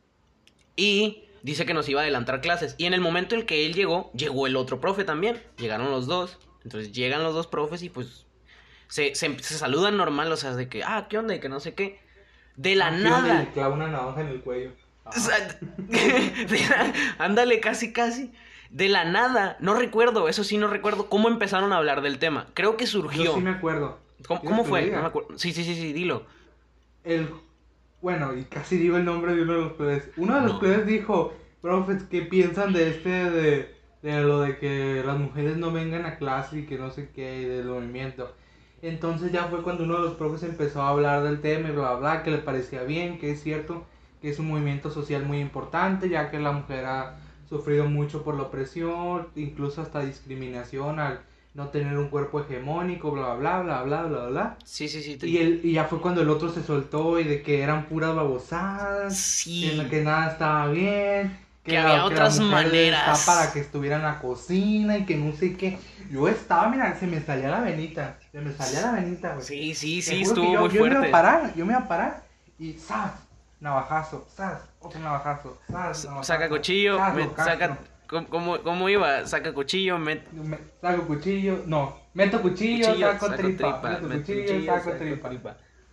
Y dice que nos iba a adelantar clases. Y en el momento en que él llegó, llegó el otro profe también. Llegaron los dos. Entonces llegan los dos profes y pues se, se, se saludan normal, o sea, de que, ah, ¿qué onda? Y que no sé qué. De la Aquí donde nada. le clava una navaja en el cuello. O sea, de la- ándale, casi, casi. De la nada, no recuerdo, eso sí no recuerdo cómo empezaron a hablar del tema. Creo que surgió. Yo sí me acuerdo. ¿Cómo, ¿Quieres cómo que fue? lo diga? No me acuerdo. Sí, sí, sí, sí, dilo. El, bueno, y casi digo el nombre de uno de los plebes. Uno de los No. plebes dijo, profes, ¿qué piensan de este, de, de lo de que las mujeres no vengan a clase y que no sé qué, y del movimiento? Entonces ya fue cuando uno de los profes empezó a hablar del tema y bla, bla, bla, que le parecía bien, que es cierto, que es un movimiento social muy importante, ya que la mujer ha sufrido mucho por la opresión, incluso hasta discriminación al no tener un cuerpo hegemónico, bla, bla, bla, bla, bla, bla. Sí, sí, sí. te- Y, el, y ya fue cuando el otro se soltó y de que eran puras babosadas, Sí. que, no- que nada estaba bien, Que había otras la mujer maneras. está para que estuviera en la cocina y que no sé qué. Yo estaba, mira, se me salía la venita, se me salía la venita, güey. Sí, sí, Te sí, juro que estuvo yo, muy yo me iba fuerte. a parar, yo me iba a parar y ¡zas! Navajazo, ¡zas! Otro navajazo, ¡zas! S- Navajazo, Saca cuchillo, ¡zas! me- Lo castro. saca... ¿Cómo, cómo, cómo iba? Saca cuchillo, met... Me- saco cuchillo, no, meto cuchillo, cuchillo, saco, tripa, meto met- cuchillo, saco tripa.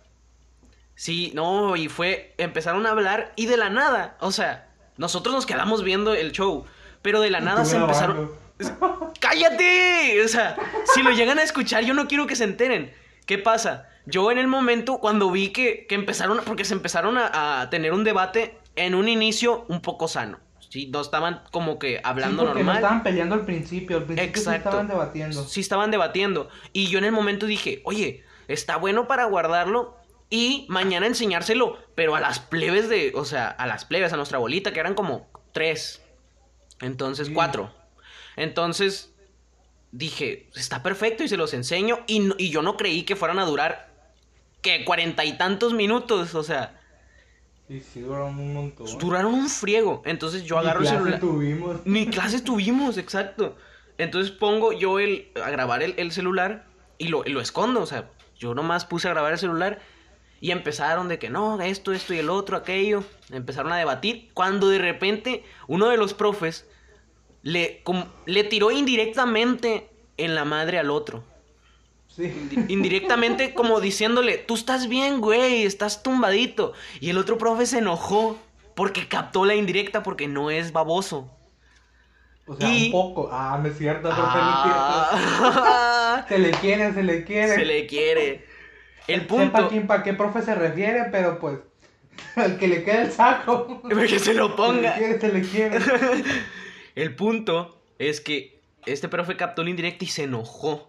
Sí, no, y fue, empezaron a hablar y de la nada, o sea, nosotros nos quedamos viendo el show, pero de la nada Estuve se empezaron... grabando. ¡Cállate! O sea, si lo llegan a escuchar, yo no quiero que se enteren. ¿Qué pasa? Yo en el momento, cuando vi que, que empezaron, porque se empezaron a, a tener un debate en un inicio un poco sano. Sí, no estaban como que hablando Sí, porque no normal. estaban peleando al principio, al principio sí Exacto. estaban debatiendo. Sí estaban debatiendo. Y yo en el momento dije, oye, está bueno para guardarlo y mañana enseñárselo, pero a las plebes de, o sea, a las plebes, a nuestra bolita, que eran como tres. Entonces, Sí. cuatro. Entonces, dije, está perfecto y se los enseño. Y, no, y yo no creí que fueran a durar, que cuarenta y tantos minutos, o sea. Y sí, duraron un montón. Duraron un friego. Entonces yo agarro el celular. Ni clases tuvimos. Ni clases tuvimos, exacto. Entonces pongo yo el, a grabar el, el celular y lo, lo escondo, o sea, yo nomás puse a grabar el celular y empezaron de que no, esto, esto y el otro, aquello. Empezaron a debatir cuando de repente uno de los profes le, com, le tiró indirectamente en la madre al otro. Sí. Indirectamente como diciéndole, tú estás bien, güey, estás tumbadito. Y el otro profe se enojó porque captó la indirecta porque no es baboso. O sea, y... un poco. Ah, no es cierto, ah... se le quiere, se le quiere. Se le quiere. El Sepa punto... Sepa quién, para qué profe se refiere, pero pues... al que le quede el saco. Que se lo ponga. Se le quiere, se le quiere. El punto es que este profe captó la indirecta y se enojó.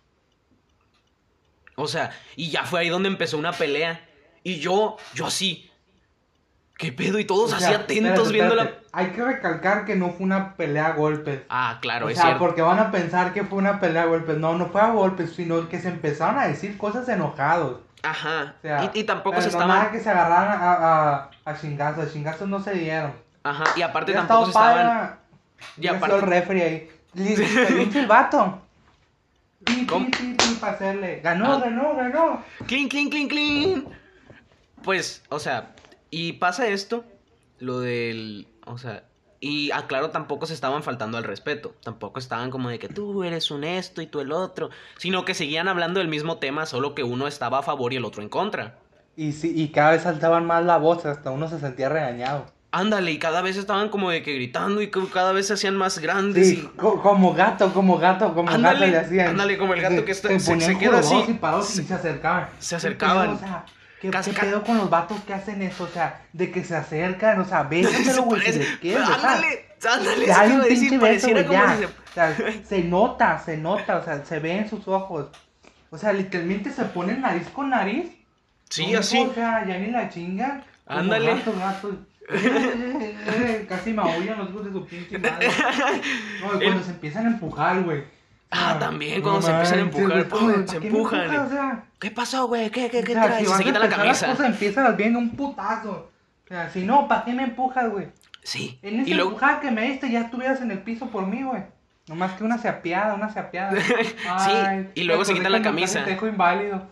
O sea, y ya fue ahí donde empezó una pelea. Y yo, yo así... ¿Qué pedo? Y todos o sea, así atentos espérate, viendo espérate. la... Hay que recalcar que no fue una pelea a golpes. Ah, claro, o es sea, cierto. porque van a pensar que fue una pelea a golpes. No, no fue a golpes, sino que se empezaron a decir cosas enojados. Ajá. O sea, y, y tampoco se no estaban... nada que se agarraran a, a, a chingazos. A chingazos no se dieron. Ajá, y aparte ya tampoco se estaban... Para... Y aparte... el referee ahí. Le un silbato. ¿Cómo? Para hacerle. Ganó, ah. ganó, ganó. Clean, clean, clean, clean. Pues, o sea, y pasa esto... Lo del... O sea... Y aclaro, tampoco se estaban faltando al respeto. Tampoco estaban como de que tú eres un esto y tú el otro. Sino que seguían hablando del mismo tema, solo que uno estaba a favor y el otro en contra. Y sí, y cada vez saltaban más la voz, hasta uno se sentía regañado. Ándale, y cada vez estaban como de que gritando y cada vez se hacían más grandes. Sí, y... co como gato, como gato, como ándale, gato le hacían. Ándale, como el gato se, que está, se, se, se queda así. Y, parados se, y se acercaban. Se acercaban. O sea, ¿Qué, ¿Qué pedo con los vatos que hacen eso? O sea, de que se acercan, o sea, bésatelo, güey, si les quieres, ándale, ándale, ya hay un decir, pinche beso, güey, como ya. si se... O sea, se nota, se nota, o sea, se ve en sus ojos. O sea, literalmente se ponen nariz con nariz. Sí, no, así. O sea, ya ni la chinga. Ándale. Gato, gato. Casi maullan los hijos de su pinche madre. No, cuando El... se empiezan a empujar, güey. Ah, también cuando no, se empiezan a empujar, pum, se empujan. Empuja, o sea, ¿qué pasó, güey? ¿Qué, qué, qué o sea, traes? Si se quita la camisa. Las cosas empiezan bien un putazo. O sea, si no, ¿para qué me empujas, güey? Sí. En esa y luego... empujada que me diste ya estuvieras en el piso por mí, güey. Nomás que una se apiada, una se apiada. Ay, sí, y luego se quita la camisa. Te dejo inválido.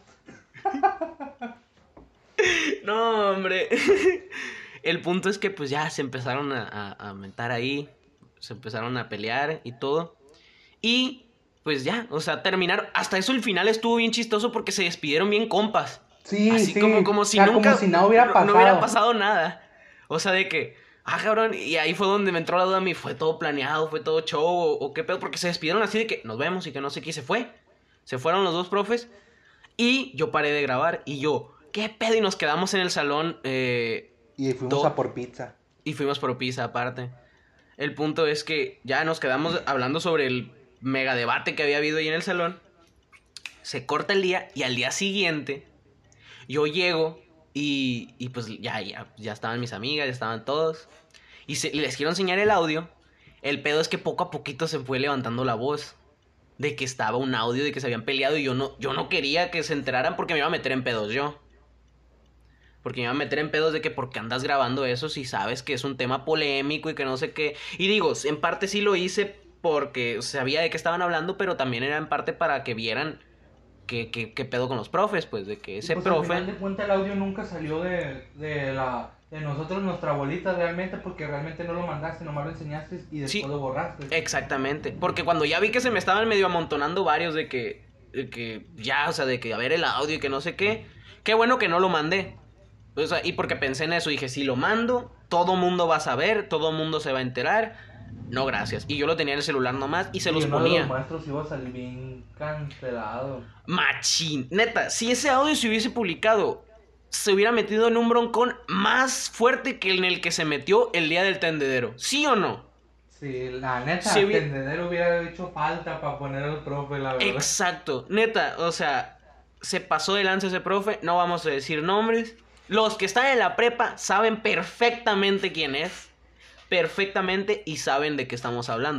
No, hombre. El punto es que pues ya se empezaron a, a, a mentar ahí. Se empezaron a pelear y todo. Y pues ya, o sea, terminaron. Hasta eso el final estuvo bien chistoso porque se despidieron bien compas. Sí, así sí. como, como si o sea, nunca como si no hubiera pasado. No, no hubiera pasado nada. O sea, de que, ah, cabrón, y ahí fue donde me entró la duda a mí, fue todo planeado, fue todo show, o, o qué pedo, porque se despidieron así de que nos vemos y que no sé qué, y se fue. Se fueron los dos profes y yo paré de grabar y yo, ¿qué pedo? Y nos quedamos en el salón. Eh, y fuimos a por pizza. Y fuimos por pizza aparte. El punto es que ya nos quedamos hablando sobre el mega debate que había habido ahí en el salón. Se corta el día y al día siguiente yo llego y, y pues ya, ya, ya estaban mis amigas, ya estaban todos. Y, se, y les quiero enseñar el audio. El pedo es que poco a poquito se fue levantando la voz de que estaba un audio de que se habían peleado y yo no, yo no quería que se enteraran porque me iba a meter en pedos yo. Porque me iba a meter en pedos de que porque andas grabando eso si sabes que es un tema polémico y que no sé qué. Y digo, en parte sí lo hice porque sabía de qué estaban hablando, pero también era en parte para que vieran qué, qué, qué pedo con los profes, pues, de que ese pues profe... Al final de cuentas el audio nunca salió de, de, la, de nosotros, nuestra bolita realmente, porque realmente no lo mandaste, nomás lo enseñaste y después sí, lo borraste. Exactamente, porque cuando ya vi que se me estaban medio amontonando varios de que, de que ya, o sea, de que a ver el audio y que no sé qué, qué bueno que no lo mandé. O sea, y porque pensé en eso, dije, si lo mando, todo mundo va a saber, todo mundo se va a enterar. No, gracias. Y yo lo tenía en el celular nomás y se y los uno ponía. De los maestros iba a salir bien cancelado. Machín. Neta, si ese audio se hubiese publicado, se hubiera metido en un broncón más fuerte que en el que se metió el día del tendedero. ¿Sí o no? Sí, la neta, si el hubiera... tendedero hubiera hecho falta para poner al profe, la verdad. Exacto. Neta, o sea, se pasó de lanza ese profe, no vamos a decir nombres. Los que están en la prepa saben perfectamente quién es. Perfectamente y saben de qué estamos hablando.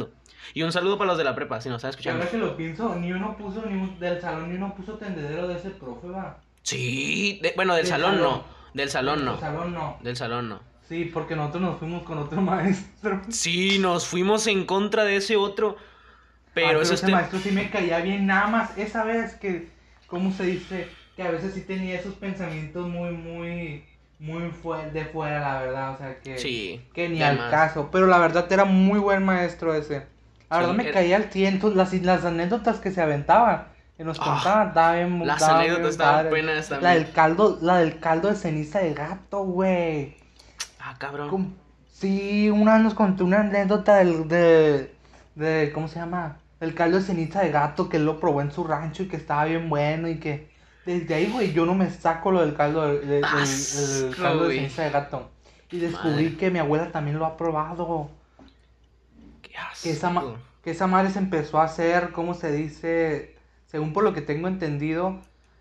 Y un saludo para los de la prepa, si nos están Que escuchando. ahora que lo pienso, ni uno puso, ni un, del salón, ni uno puso tendedero de ese profe, va. Sí, de- bueno, del Del salón salón. no, del De salón nuestro no, salón no. del salón no. Sí, porque nosotros nos fuimos con otro maestro. Sí, nos fuimos en contra de ese otro, Ay, pero pero eso ese este... maestro sí me caía bien, nada más esa vez que, ¿cómo se dice? Que a veces sí tenía esos pensamientos muy, muy, muy fue- de fuera, la verdad, o sea, que, Sí, que ni de al más. caso. Pero la verdad era muy buen maestro ese. La verdad Sí, me er- caía al ciento, las, las anécdotas que se aventaban, que nos ah, contaban, estaba bien, las estaba anécdotas bien estaban padre. buenas La también. del caldo, la del caldo de ceniza de gato, güey. Ah, cabrón. Com- Sí, una vez nos contó una anécdota del, de, de, ¿cómo se llama? El caldo de ceniza de gato que él lo probó en su rancho y que estaba bien bueno y que desde ahí, güey, yo no me saco lo del caldo de, de- del el Asco, caldo de güey. ceniza de gato. Y Madre, descubrí que mi abuela también lo ha probado. qué Que esa, asco. ma- que esa madre se empezó a hacer, ¿cómo se dice? Según por lo que tengo entendido,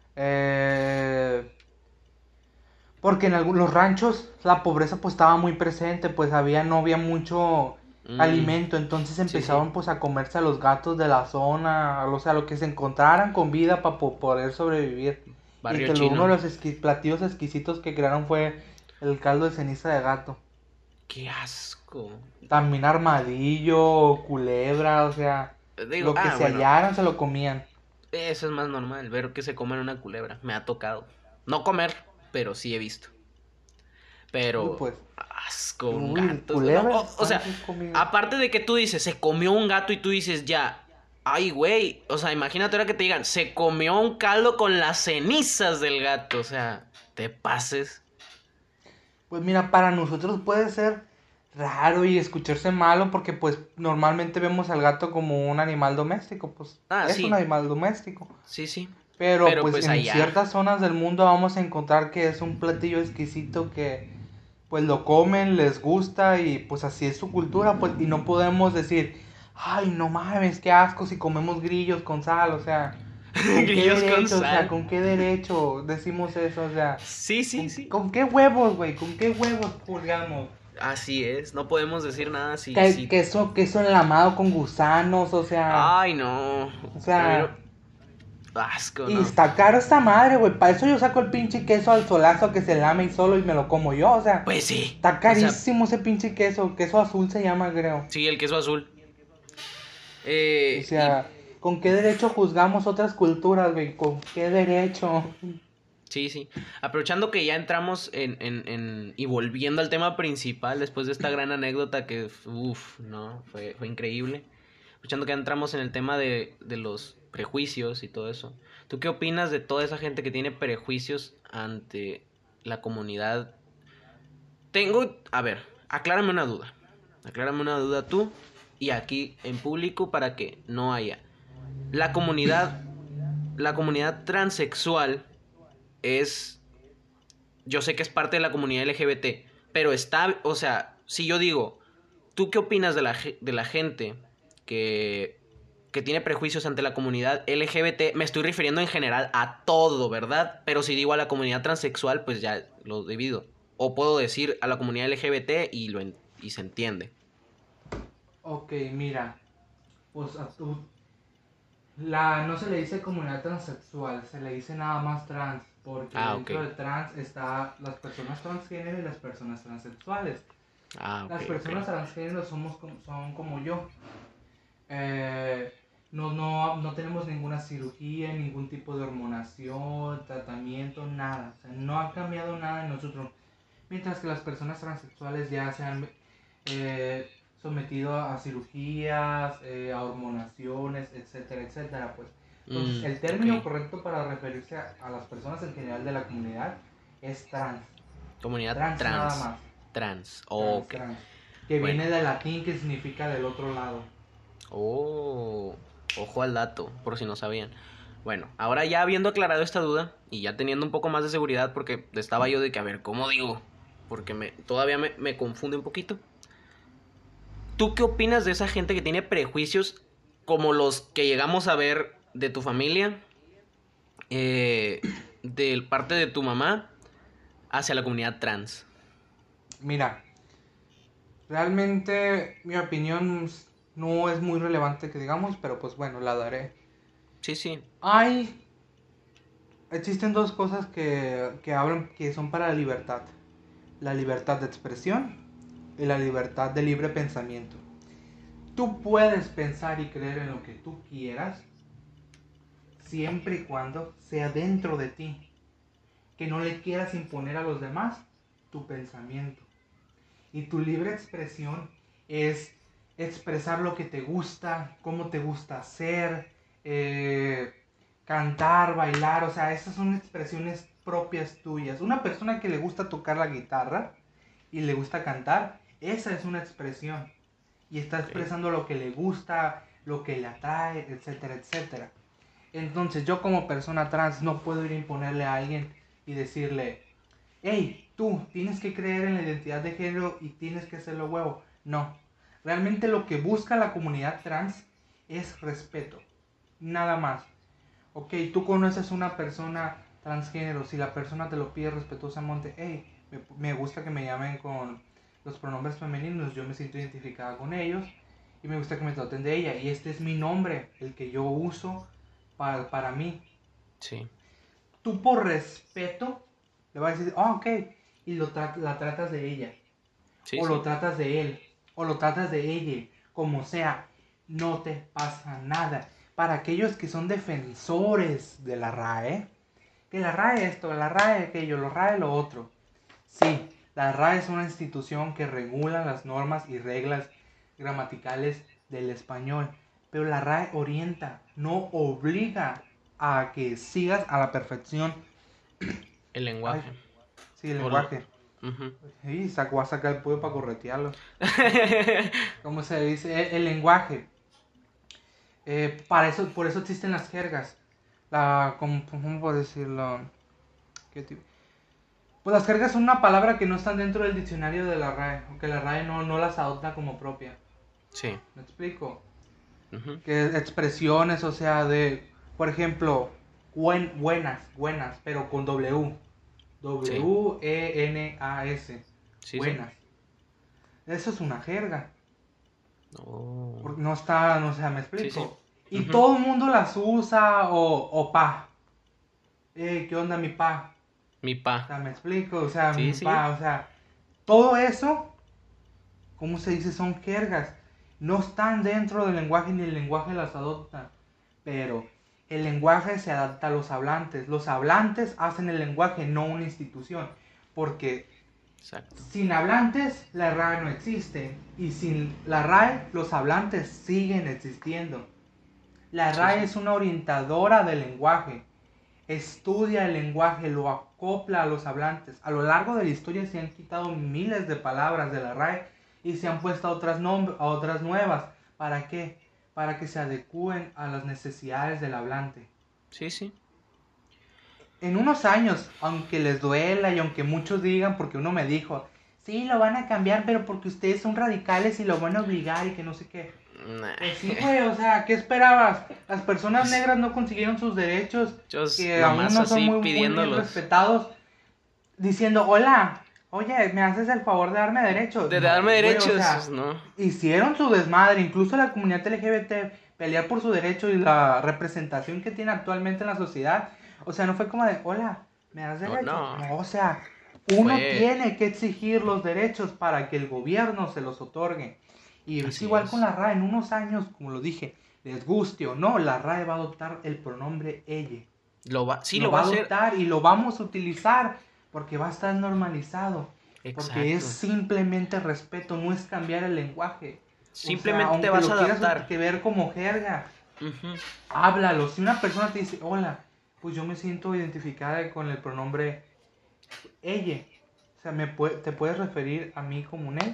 eh, porque en algunos ranchos la pobreza pues estaba muy presente, pues había, no había mucho Mm, alimento, entonces sí, sí. empezaron pues a comerse a los gatos de la zona, o sea, lo que se encontraran con vida para poder sobrevivir. Y Barrio que lo, uno chino. de los esqui- platillos exquisitos que crearon fue el caldo de ceniza de gato. Qué asco. También armadillo, culebra, o sea, Digo, lo que ah, se bueno, hallaran se lo comían. eso es más normal, ver que se comen una culebra. Me ha tocado. No comer, pero sí he visto. Uy, Pero, pues, asco, un uy, gato. No, culebra, o, o sea, ¿cuándo has comido? aparte de que tú dices, se comió un gato y tú dices, ya, ay, güey. O sea, imagínate ahora que te digan, se comió un caldo con las cenizas del gato. O sea, te pases. Pues mira, para nosotros puede ser raro y escucharse malo porque pues normalmente vemos al gato como un animal doméstico, pues Ah, es un sí, animal doméstico. sí, sí. Pero Pero pues pues en allá. ciertas zonas del mundo vamos a encontrar que es un platillo exquisito que pues lo comen, les gusta y pues así es su cultura, pues y no podemos decir, ay, no mames, qué asco si comemos grillos con sal, o sea, ¿con qué Grillos con derecho? O sea, sal. ¿con qué derecho decimos eso? O sea, Sí, sí, ¿con, sí. con qué huevos, güey? ¿Con qué huevos pulgamos? Así es. No podemos decir nada si, Que- si... queso, queso enlamado con gusanos, o sea, Ay, no. o A mí no... sea, Asco, y ¿no? está caro esta madre, güey. Para eso yo saco el pinche queso al solazo que se lame y solo y me lo como yo, o sea, Pues sí. está O sea, carísimo ese pinche queso. Queso azul se llama, creo. sí, el queso azul. O Eh, y sea, ¿con qué derecho juzgamos otras culturas, güey? ¿Con qué derecho? sí, sí. Aprovechando que ya entramos en, en, en... Y volviendo al tema principal, después de esta gran anécdota que, uff, no, fue, fue increíble. Aprovechando que ya entramos en el tema de, de los prejuicios y todo eso. ¿Tú qué opinas de toda esa gente que tiene prejuicios ante la comunidad? Tengo, a ver, aclárame una duda. Aclárame una duda tú y aquí en público para que no haya. La comunidad, la comunidad transexual es, yo sé que es parte de la comunidad L G B T, pero está, o sea, si yo digo, ¿tú qué opinas de la, de la gente que, que tiene prejuicios ante la comunidad L G B T? Me estoy refiriendo en general a todo, ¿verdad? Pero si digo a la comunidad transexual, pues ya lo divido. O puedo decir a la comunidad L G B T y, lo en, y se entiende. Ok, mira, pues a tu, la, no se le dice comunidad transexual, se le dice nada más trans, porque Ah, ok. dentro de trans está las personas transgénero y las personas transexuales. Ah, ok, Las ok. personas transgénero somos, com- son como yo. Eh, no, no, no tenemos ninguna cirugía, ningún tipo de hormonación, tratamiento, nada. O sea, no ha cambiado nada en nosotros. Mientras que las personas transexuales ya se han eh, sometido a, a cirugías, eh, a hormonaciones, etcétera, etcétera. Pues. Entonces, Mm, el ok. término correcto para referirse a, a las personas en general de la comunidad es trans. Comunidad Trans nada trans. más. Trans. Trans, Ok. trans. Que Bueno. viene del latín que significa del otro lado. Oh. Ojo al dato, por si no sabían. Bueno, ahora ya habiendo aclarado esta duda y ya teniendo un poco más de seguridad, porque estaba yo de que, a ver, ¿cómo digo? Porque me, todavía me, me confunde un poquito. ¿Tú qué opinas de esa gente que tiene prejuicios como los que llegamos a ver de tu familia, eh, de parte de tu mamá, hacia la comunidad trans? Mira, realmente mi opinión No es muy relevante que digamos, pero pues bueno, la daré. Sí, sí. Hay, existen dos cosas que, que hablan, que son para la libertad. La libertad de expresión y la libertad de libre pensamiento. Tú puedes pensar y creer en lo que tú quieras, siempre y cuando sea dentro de ti. Que no le quieras imponer a los demás tu pensamiento. Y tu libre expresión es expresar lo que te gusta, cómo te gusta hacer, eh, cantar, bailar, o sea, esas son expresiones propias tuyas. Una persona que le gusta tocar la guitarra y le gusta cantar, esa es una expresión. Y está Ok. expresando lo que le gusta, lo que le atrae, etcétera, etcétera. Entonces yo como persona trans no puedo ir a imponerle a alguien y decirle, hey, tú tienes que creer en la identidad de género y tienes que hacerlo huevo. No. Realmente lo que busca la comunidad trans es respeto. Nada más. Ok, tú conoces una persona transgénero, si la persona te lo pide respetuosamente, hey, me, me gusta que me llamen con los pronombres femeninos, yo me siento identificada con ellos y me gusta que me traten de ella y este es mi nombre, el que yo uso para, para mí. Sí. Tú por respeto le vas a decir, oh, ok, y lo tra la tratas de ella, Sí, o lo sí. tratas de él, o lo tratas de ella, como sea, no te pasa nada. Para aquellos que son defensores de la R A E, que la R A E esto, la R A E aquello, la R A E lo otro. Sí, la R A E es una institución que regula las normas y reglas gramaticales del español, pero la R A E orienta, no obliga a que sigas a la perfección. El Ay, lenguaje. sí, el O lo- lenguaje. Ujú. Y sacó a sacar el pollo para corretearlos. ¿Cómo se dice? El, el lenguaje. Eh, para eso, por eso existen las jergas. La, ¿cómo, cómo puedo decirlo? ¿Qué tipo? Pues las jergas son una palabra que no están dentro del diccionario de la R A E, aunque la R A E no, no las adopta como propia. Sí. ¿Me explico? Ujú. Que expresiones, o sea, de, por ejemplo, buen, buenas, buenas, pero con W. Sí. W E N A S. Sí, sí. Buenas. Eso es una jerga. Oh. Porque no está, no sé, me Sí, sí. explico. Y Ujú. todo el mundo las usa o, o pa. Eh, ¿qué onda mi pa? Mi O pa. sea, me explico, o sea, Sí, mi sí. pa, o sea, todo eso, ¿cómo se dice? Son jergas. No están dentro del lenguaje ni el lenguaje las adopta. Pero el lenguaje se adapta a los hablantes. Los hablantes hacen el lenguaje, no una institución. Porque Exacto. sin hablantes, la R A E no existe. Y sin la R A E, los hablantes siguen existiendo. La Sí, R A E sí. es una orientadora del lenguaje. Estudia el lenguaje, lo acopla a los hablantes. A lo largo de la historia se han quitado miles de palabras de la R A E y se han puesto a otras, a otras nuevas. ¿Para qué? Para que se adecúen a las necesidades del hablante. Sí, sí. En unos años, aunque les duela y aunque muchos digan, porque uno me dijo, sí, lo van a cambiar, pero porque ustedes son radicales y lo van a obligar y que no sé qué. Nah. Pues sí, güey, o sea, ¿qué esperabas? Las personas negras no consiguieron sus derechos, Muchos que aún nomás no son así muy, muy bien pidiéndolos. respetados, diciendo, hola, oye, ¿me haces el favor de darme derechos? De No, darme güey, o derechos, sea, ¿no? hicieron su desmadre, incluso la comunidad L G B T, pelear por su derecho y la representación que tiene actualmente en la sociedad. O sea, no fue como de, hola, ¿me das No, derechos? no. No, o sea, uno Fue. tiene que exigir los derechos para que el gobierno se los otorgue. Y es Así igual con es. la R A E, en unos años, como lo dije, les guste o no, la R A E va a adoptar el pronombre ella. Lo va, sí, Lo lo va va a a hacer. adoptar y lo vamos a utilizar porque va a estar normalizado. Porque es Exacto. simplemente respeto, no es cambiar el lenguaje. O sea, Simplemente te aunque vas a lo quieras adaptar. que ver como jerga, Ujú. háblalo. Si una persona te dice, hola, pues yo me siento identificada con el pronombre ella. O sea, me puede, te puedes referir a mí como un él.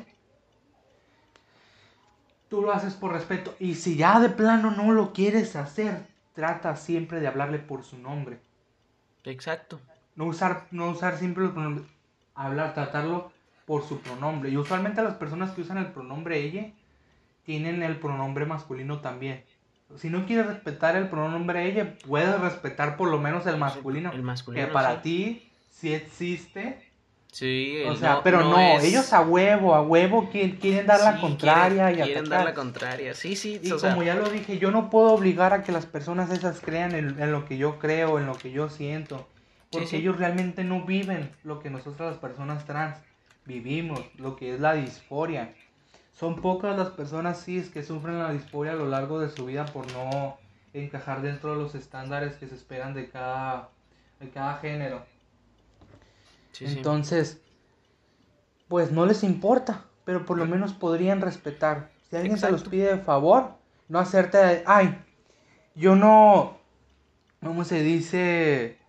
Tú lo haces por respeto. Y si ya de plano no lo quieres hacer, trata siempre de hablarle por su nombre. Exacto. No usar, no usar siempre el pronombre. Hablar, tratarlo por su pronombre. Y usualmente las personas que usan el pronombre ella tienen el pronombre masculino también. Si no quieres respetar el pronombre ella, puedes respetar por lo menos el Pues el, masculino. el Que masculino, para sí. ti sí existe, Sí, O el sea, no, pero no no, es... ellos a huevo, a huevo qui- quieren dar la Sí, contraria quieren, y quieren dar la atacar. contraria. Sí, sí, Y o como sea, ya lo dije, yo no puedo obligar a que las personas esas crean en, en lo que yo creo, en lo que yo siento, sí, porque sí. ellos realmente no viven lo que nosotros las personas trans vivimos, lo que es la disforia. Son pocas las personas cis que sufren la disforia a lo largo de su vida por no encajar dentro de los estándares que se esperan de cada, de cada género. Sí, sí. Entonces, pues no les importa, pero por lo No, menos podrían respetar. Si alguien se los exacto. pide de favor, no hacerte, ay, yo no, ¿cómo se dice?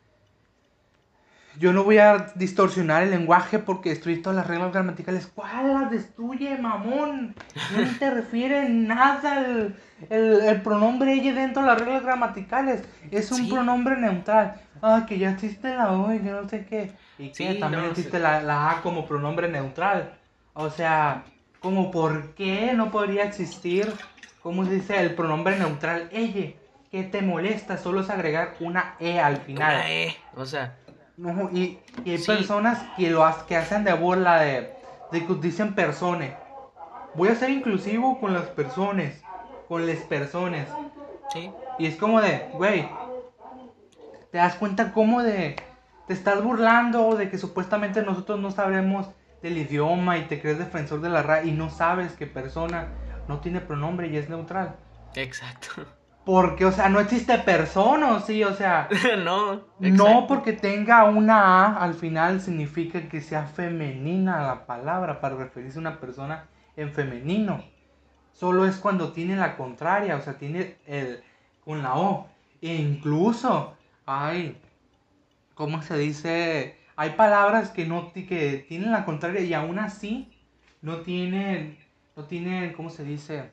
Yo no voy a distorsionar el lenguaje porque destruir todas las reglas gramaticales. ¿Cuál las destruye, mamón? No interfiere en nada el, el, el pronombre ella dentro de las reglas gramaticales. Es un Sí, pronombre neutral. Ah, que ya existe la O y que no sé qué. Y que sí, también no sé. existe la, la A como pronombre neutral. O sea, como por qué no podría existir, ¿cómo se dice? El pronombre neutral ella. ¿Qué te molesta? Solo es agregar una E al final. Una E, o sea, No, y, y hay sí, personas que lo ha- que hacen de burla de, de que dicen persone. Voy a ser inclusivo con las personas, con las personas. sí, Y es como de, güey, te das cuenta cómo de te estás burlando de que supuestamente nosotros no sabremos del idioma y te crees defensor de la R A E y no sabes que persona no tiene pronombre y es neutral. exacto. Porque, o sea, no existe persona, ¿o sí? O sea, No, no exacto. porque tenga una A al final significa que sea femenina la palabra para referirse a una persona en femenino. Solo es cuando tiene la contraria, o sea, tiene el con la O. E incluso hay, ¿cómo se dice? Hay palabras que no que tienen la contraria y aún así no tienen, no tienen, ¿cómo se dice?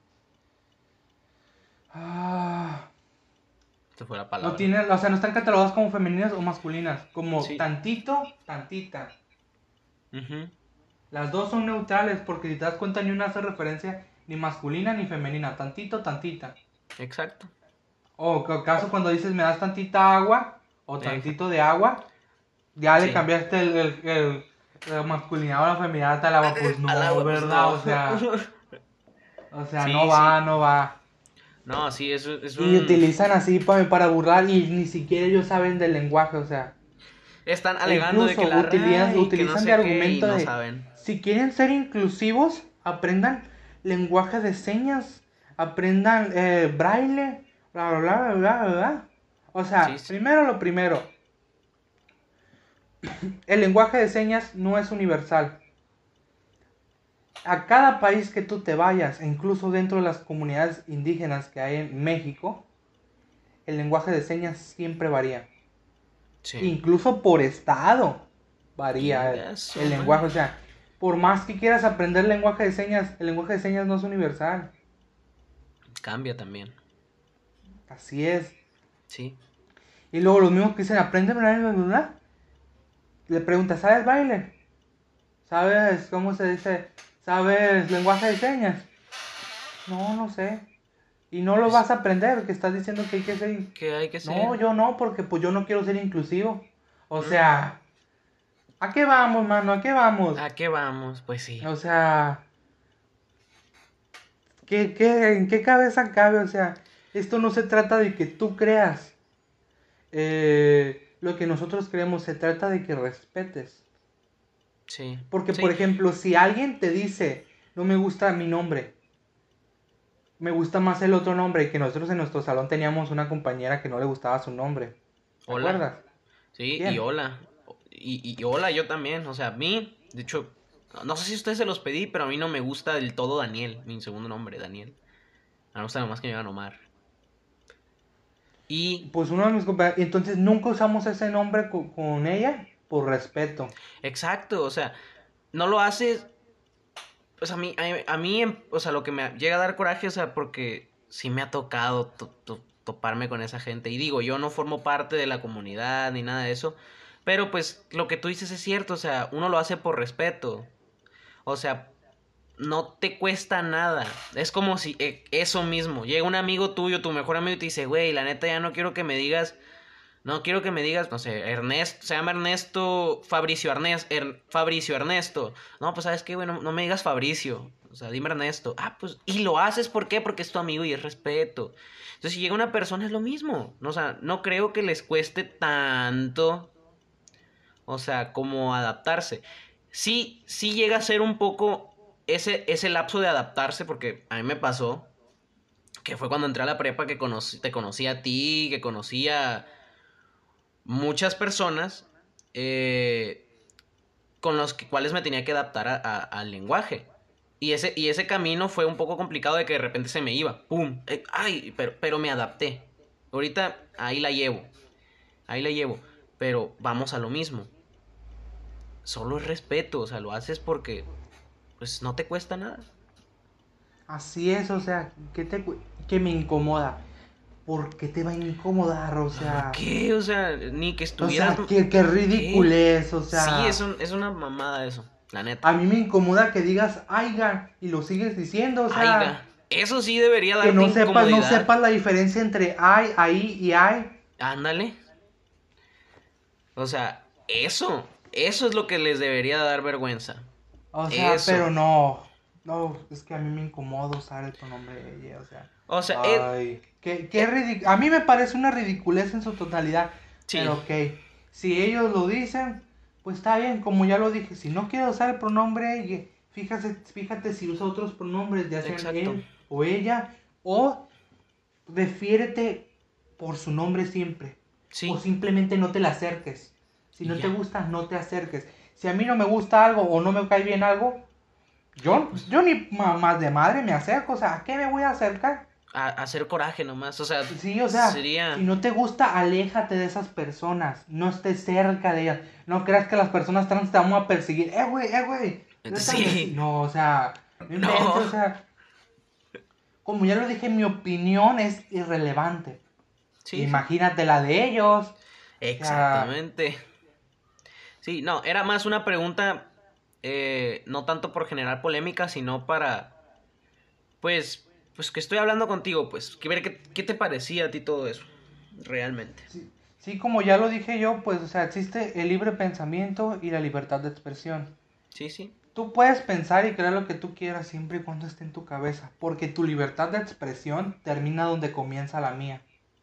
Ah, Esta fue la no palabra. tienen, o sea, no están catalogadas como femeninas o masculinas, como Sí. tantito, tantita. Ujú. Las dos son neutrales porque si te das cuenta ni una hace referencia ni masculina ni femenina, tantito, tantita. Exacto. O acaso cuando dices me das tantita agua o Exacto. tantito de agua, ya le Sí. cambiaste el, el, el- la masculinidad o la feminidad al agua, pues Al no, agua, pues ¿verdad? no. O sea, o sea, no Sí, va, sí. no va. No, sí, es, es Y un... utilizan así para, para burlar y ni siquiera ellos saben del lenguaje, o sea. Están E alegando de que incluso la R A utilizan, y que no utilizan de sé qué y argumento no de, saben. si quieren ser inclusivos, aprendan lenguaje de señas, aprendan eh, braille, bla, bla, bla, bla, bla, bla. O Sí, sea, sí. primero lo primero, el lenguaje de señas no es universal. A cada país que tú te vayas, e incluso dentro de las comunidades indígenas que hay en México, el lenguaje de señas siempre varía. Sí. Incluso por estado varía el, Ingas, el su lenguaje. madre. O sea, por más que quieras aprender lenguaje de señas, el lenguaje de señas no es universal. Cambia también. Así es. Sí. Y luego los mismos que dicen, aprende bla, bla, bla, bla. Le preguntas, ¿sabes baile? ¿Sabes cómo se dice? ¿Sabes lenguaje de señas? No, no sé. Y no lo Pues, vas a aprender, que estás diciendo que hay que ser... ¿qué hay que No, hacer? yo no, porque pues yo no quiero ser inclusivo. O Ujú. sea, ¿a qué vamos, mano? ¿A qué vamos? ¿A qué vamos? Pues sí. O sea, ¿Qué, qué, ¿en qué cabeza cabe? O sea, esto no se trata de que tú creas eh, lo que nosotros creemos, se trata de que respetes. Sí. Porque, por Sí. ejemplo, si alguien te dice, no me gusta mi nombre, me gusta más el otro nombre, y que nosotros en nuestro salón teníamos una compañera que no le gustaba su nombre, ¿te Hola. acuerdas? Sí, y ¿Quién? hola. Y, y, y hola, yo también. O sea, a mí, de hecho, no sé si a ustedes se los pedí, pero a mí no me gusta del todo Daniel, mi segundo nombre, Daniel. A mí me gusta nomás que me llaman Omar. Y, Pues uno de mis compañeros, y entonces nunca usamos ese nombre co- con ella por respeto. exacto, o sea, no lo haces. Pues a mí, a, mí- a mí, em, o sea, lo que me llega a dar coraje, o sea, porque sí me ha tocado to- to- toparme con esa gente. Y digo, yo no formo parte de la comunidad ni nada de eso. Pero pues lo que tú dices es cierto, o sea, uno lo hace por respeto. O sea, no te cuesta nada. Es como si eh, eso mismo. Llega un amigo tuyo, tu mejor amigo, y te dice, güey, la neta ya no quiero que me digas, No quiero que me digas, no sé, Ernesto, se llama Ernesto Fabricio Ernesto, Er- Fabricio Ernesto. No, pues sabes qué, bueno, no me digas Fabricio, o sea, dime Ernesto. Ah, pues, y lo haces, ¿por qué? Porque es tu amigo y es respeto. Entonces, si llega una persona es lo mismo, ¿no? O sea, no creo que les cueste tanto, o sea, como adaptarse. Sí, sí llega a ser un poco ese, ese lapso de adaptarse, porque a mí me pasó, que fue cuando entré a la prepa que conocí, te conocí a ti, que conocí a muchas personas eh, con los que, cuales me tenía que adaptar a- a- al lenguaje. Y ese, y ese camino fue un poco complicado de que de repente se me iba. ¡Pum! Eh, ¡Ay! Pero, pero me adapté. Ahorita ahí la llevo. Ahí la llevo. Pero vamos a lo mismo. Solo es respeto. O sea, lo haces porque pues no te cuesta nada. Así es, o sea, ¿qué te, cu- que me incomoda? ¿Por qué te va a incomodar? O ¿Por sea, qué? O sea, ni que o estuvieras... sea, qué, qué ¿Qué? ridiculez, o Sí, es, sea, un, es una mamada eso. La a neta. mí me incomoda que digas aiga y lo sigues diciendo, o sea, Aiga. Eso sí debería que darte no sepas, no incomodidad. sepas la diferencia entre ay, ahí y ay. Ándale. O sea, eso, eso es lo que les debería dar vergüenza. O sea, Eso. pero no, no, es que a mí me incomoda usar el pronombre ella, o sea, O sea, eh, ay, qué, qué eh, ridic- a mí me parece una ridiculez en su totalidad, sí, pero ok, si ellos lo dicen, pues está bien, como ya lo dije, si no quiero usar el pronombre ella, fíjate, fíjate si usa otros pronombres, ya sean exacto. él o ella, o refiérete por su nombre siempre. O Sí, simplemente no te le acerques. Si y no te ya. gusta, no te acerques. Si a mí no me gusta algo o no me cae bien algo, yo, yo ni ma- más de madre me acerco. O sea, ¿a qué me voy a acercar? A, hacer coraje nomás. O sea, Sí, o sea, si sería. no te gusta, aléjate de esas personas. No estés cerca de ellas. No creas que las personas trans te vamos a perseguir. Eh, güey, eh, güey. Trátame así. Sí, No, o sea, no inventes, no. o sea, como ya lo dije, mi opinión es irrelevante. Sí, sí. Imagínate la de ellos. O sea, Exactamente. Sí, no, era más una pregunta, eh, no tanto por generar polémica, sino para, pues, pues que estoy hablando contigo, pues, que ver qué, qué te parecía a ti todo eso, realmente. sí, sí, como ya lo dije yo, pues, o sea, existe el libre pensamiento y la libertad de expresión. Sí, sí, Tú puedes pensar y creer lo que tú quieras siempre y cuando esté en tu cabeza, porque tu libertad de expresión termina donde comienza la mía.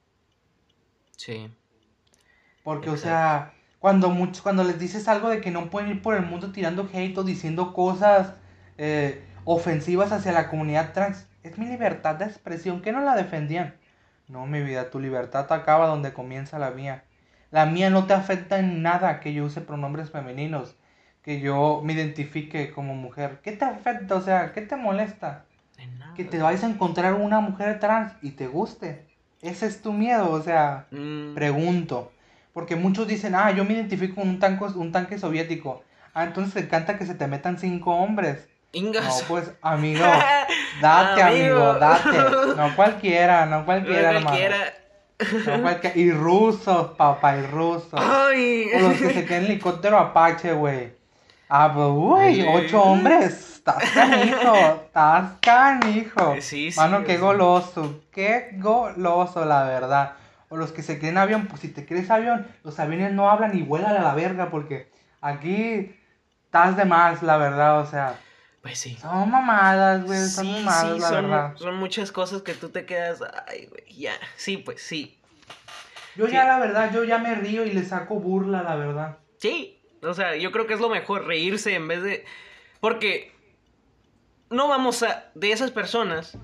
sí, Porque, o exacto. sea, cuando, muchos, cuando les dices algo de que no pueden ir por el mundo tirando hate o diciendo cosas eh, ofensivas hacia la comunidad trans, es mi libertad de expresión, que no la defendían. No, mi vida, tu libertad acaba donde comienza la mía. La mía no te afecta en nada que yo use pronombres femeninos, que yo me identifique como mujer. ¿Qué te afecta? O sea, ¿qué te molesta? De Que nada. te vayas a encontrar una mujer trans y te guste. Ese es tu miedo, o sea, Mm, pregunto. Porque muchos dicen, ah, yo me identifico con un tanque, un tanque soviético. Ah, entonces te encanta que se te metan cinco hombres. Ingas. No, pues, amigo, date, amigo, Amigo. date. No cualquiera, no No cualquiera, hermano. cualquiera. No cualquiera. Y rusos, papá, y rusos. Ay. O los que se queden en helicóptero Apache, güey. Ah, pues, uy, ocho Ay. hombres. Estás canijo, estás canijo. Sí, sí, Mano, o qué sea. goloso, qué goloso, la verdad. O los que se creen avión, pues si te crees avión, los aviones no hablan y vuelan a la verga, porque aquí estás de más, la verdad, o sea. Pues sí. Son mamadas, güey, son Sí, mamadas, sí, la son, mu- verdad. son muchas cosas que tú te quedas. Ay, güey, ya. Sí, pues sí. Yo ya, Sí, la verdad, yo ya me río y le saco burla, la verdad. sí. O sea, yo creo que es lo mejor, reírse en vez de. Porque no vamos a. De esas personas,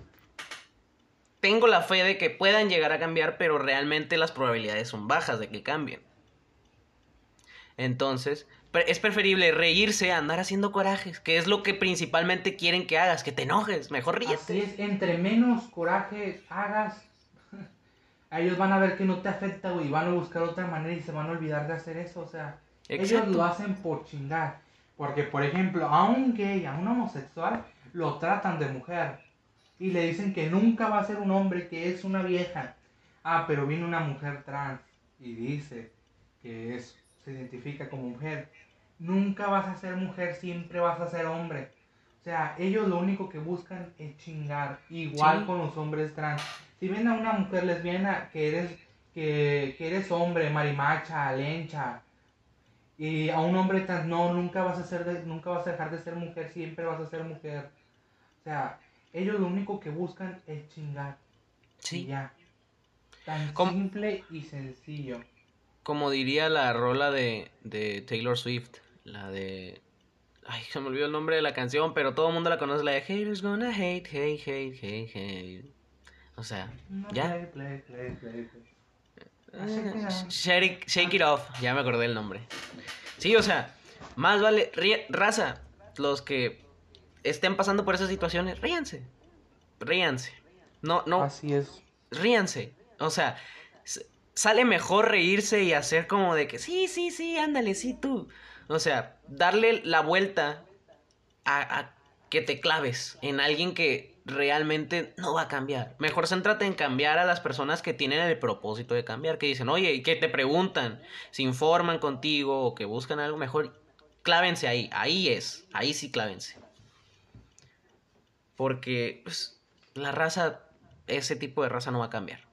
tengo la fe de que puedan llegar a cambiar, pero realmente las probabilidades son bajas de que cambien. Entonces, pre- es preferible reírse a andar haciendo corajes, que es lo que principalmente quieren que hagas, que te enojes. Mejor Así ríete. es, entre menos coraje hagas, a ellos van a ver que no te afecta, güey, y van a buscar otra manera y se van a olvidar de hacer eso, o sea, ellos Exacto. lo hacen por chingar. Porque, por ejemplo, a un gay, a un homosexual, lo tratan de mujer. Y le dicen que nunca va a ser un hombre, que es una vieja. Ah, pero viene una mujer trans y dice que es, se identifica como mujer. Nunca vas a ser mujer, siempre vas a ser hombre. O sea, ellos lo único que buscan es chingar. Igual Sí, con los hombres trans. Si ven a una mujer lesbiana que eres que, que eres hombre, marimacha, lencha. Y a un hombre trans, no, nunca vas a ser de- nunca vas a dejar de ser mujer, siempre vas a ser mujer. O sea, ellos lo único que buscan es chingar. Y Sí. ya. Tan Com- simple y sencillo. como diría la rola de, de Taylor Swift, la de... Ay, se me olvidó el nombre de la canción, pero todo el mundo la conoce, la de Haters gonna hate, hate, hate, hate, hate. O sea, No, ya. play, play, play, play, play. I shake Eh, it out. Shake it, shake Ah, it off, ya me acordé el nombre. Sí, o sea, más vale, ríe- raza, los que estén pasando por esas situaciones, ríanse, ríanse. No, no, así es. ríanse. O sea, s- sale mejor reírse y hacer como de que sí, sí, sí, ándale, sí, tú. O sea, darle la vuelta a, a que te claves en alguien que realmente no va a cambiar. Mejor céntrate en cambiar a las personas que tienen el propósito de cambiar, que dicen, oye, y que te preguntan, se informan contigo o que buscan algo mejor. Clávense ahí, ahí es, ahí sí clávense. Porque pues, la raza, ese tipo de raza no va a cambiar.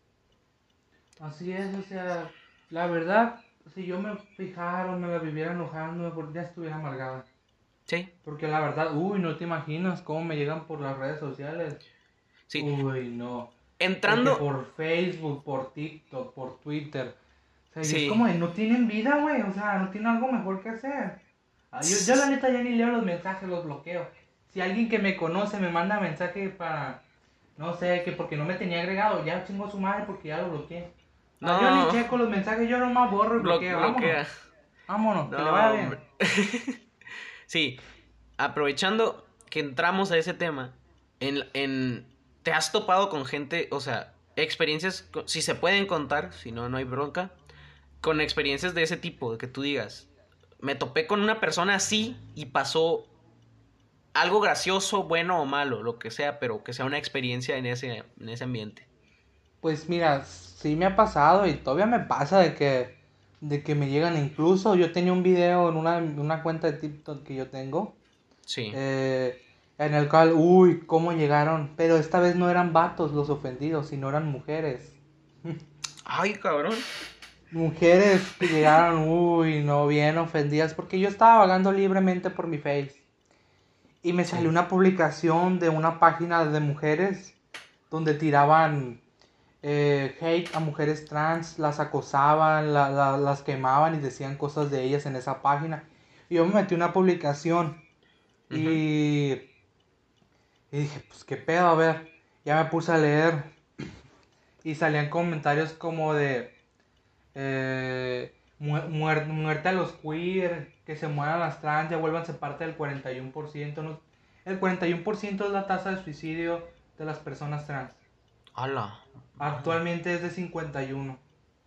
Así es, o sea, la verdad, si yo me fijara o me la viviera enojando, por- ya estuviera amargada. Sí, Porque la verdad, uy, no te imaginas cómo me llegan por las redes sociales. sí. Uy, no. De que Entrando, por Facebook, por TikTok, por Twitter. O sea, y es sí. como de no tienen vida, güey. O sea, no tienen algo mejor que hacer. Ah, yo, yo la neta ya ni leo los mensajes, los bloqueo. Si alguien que me conoce me manda mensaje para, no sé, que porque no me tenía agregado, ya chingó su madre porque ya lo bloqueé. Ah, yo ni No, checo los mensajes, yo nomás borro y blo- bloqueo. Vámonos. bloquea. Vámonos, que le vaya No, hombre. bien. Sí, aprovechando que entramos a ese tema, en, en, ¿te has topado con gente, o sea, experiencias, si se pueden contar, si no, no hay bronca, con experiencias de ese tipo, de que tú digas, me topé con una persona así y pasó algo gracioso, bueno o malo, lo que sea, pero que sea una experiencia en ese, en ese ambiente? Pues mira, sí me ha pasado y todavía me pasa de que, de que me llegan incluso, yo tenía un video en una, una cuenta de TikTok que yo tengo, Sí. eh, en el cual, uy, cómo llegaron, pero esta vez no eran vatos los ofendidos, sino eran mujeres. Ay, cabrón. Mujeres que llegaron, uy, no, bien ofendidas, porque yo estaba vagando libremente por mi Face. Y me salió Sí. una publicación de una página de mujeres donde tiraban eh, hate a mujeres trans, las acosaban, la- la- las quemaban y decían cosas de ellas en esa página. Y yo me metí una publicación Ujú. y, y dije, pues qué pedo, a ver, ya me puse a leer y salían comentarios como de eh, mu- muer- muerte a los queer, que se mueran las trans, ya vuélvanse parte del cuarenta y uno por ciento. ¿No? El cuarenta y uno por ciento es la tasa de suicidio de las personas trans. Ala, madre. Actualmente es de cincuenta y uno.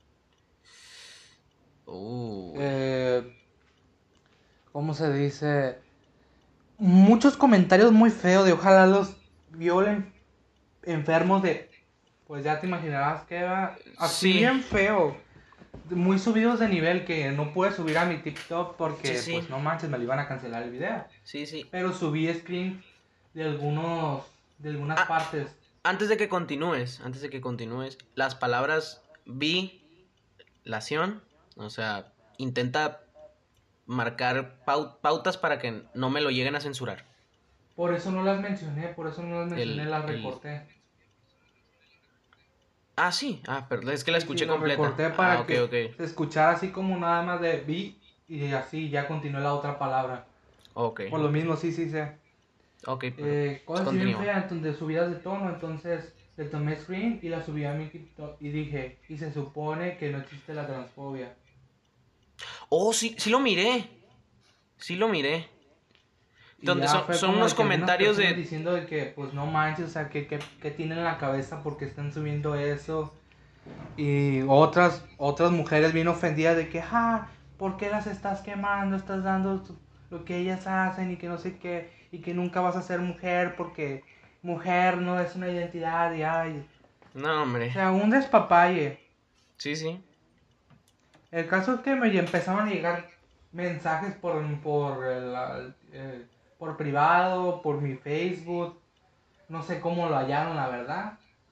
Uy. Eh, ¿Cómo se dice? Muchos comentarios muy feos de ojalá los violen enfermos de... Pues ya te imaginarás que va así Sí, bien feo. Muy subidos de nivel que no pude subir a mi TikTok sí, porque sí. pues no manches, me lo iban a cancelar el video. Sí, sí. Pero subí screen de algunos, de algunas Ah, partes. antes de que continúes, antes de que continúes, las palabras violación, o sea, intenta marcar pau- pautas para que no me lo lleguen a censurar. Por eso no las mencioné, por eso no las mencioné, El, las el... recorté. Ah, sí, ah, pero es que la Sí, sí, escuché las completa. recorté Ah, para ok, que ok. se escuchara así como nada más de vi y así ya continuó la otra palabra. Ok, Por lo mismo, sí, sí, sé. ok, pero Eh, pues cosas así bien continúa. feas, donde subidas de tono, entonces le tomé screen y la subí a mi TikTok y dije, y se supone que no existe la transfobia. Oh, sí, sí lo miré, sí lo miré. Y Donde ya son, fue son como unos de que algunas comentarios personas de... diciendo de que, pues no manches, o sea, que, que, que tienen en la cabeza porque están subiendo eso. Y otras, otras mujeres bien ofendidas de que, ah, ¿por qué las estás quemando? Estás dando tu- lo que ellas hacen y que no sé qué, y que nunca vas a ser mujer porque mujer no es una identidad y ay. No, O hombre. sea, un despapalle. Sí, sí. El caso es que me empezaron a llegar mensajes por, por, el- el- eh, por privado, por mi Facebook. No sé cómo lo hallaron, la verdad.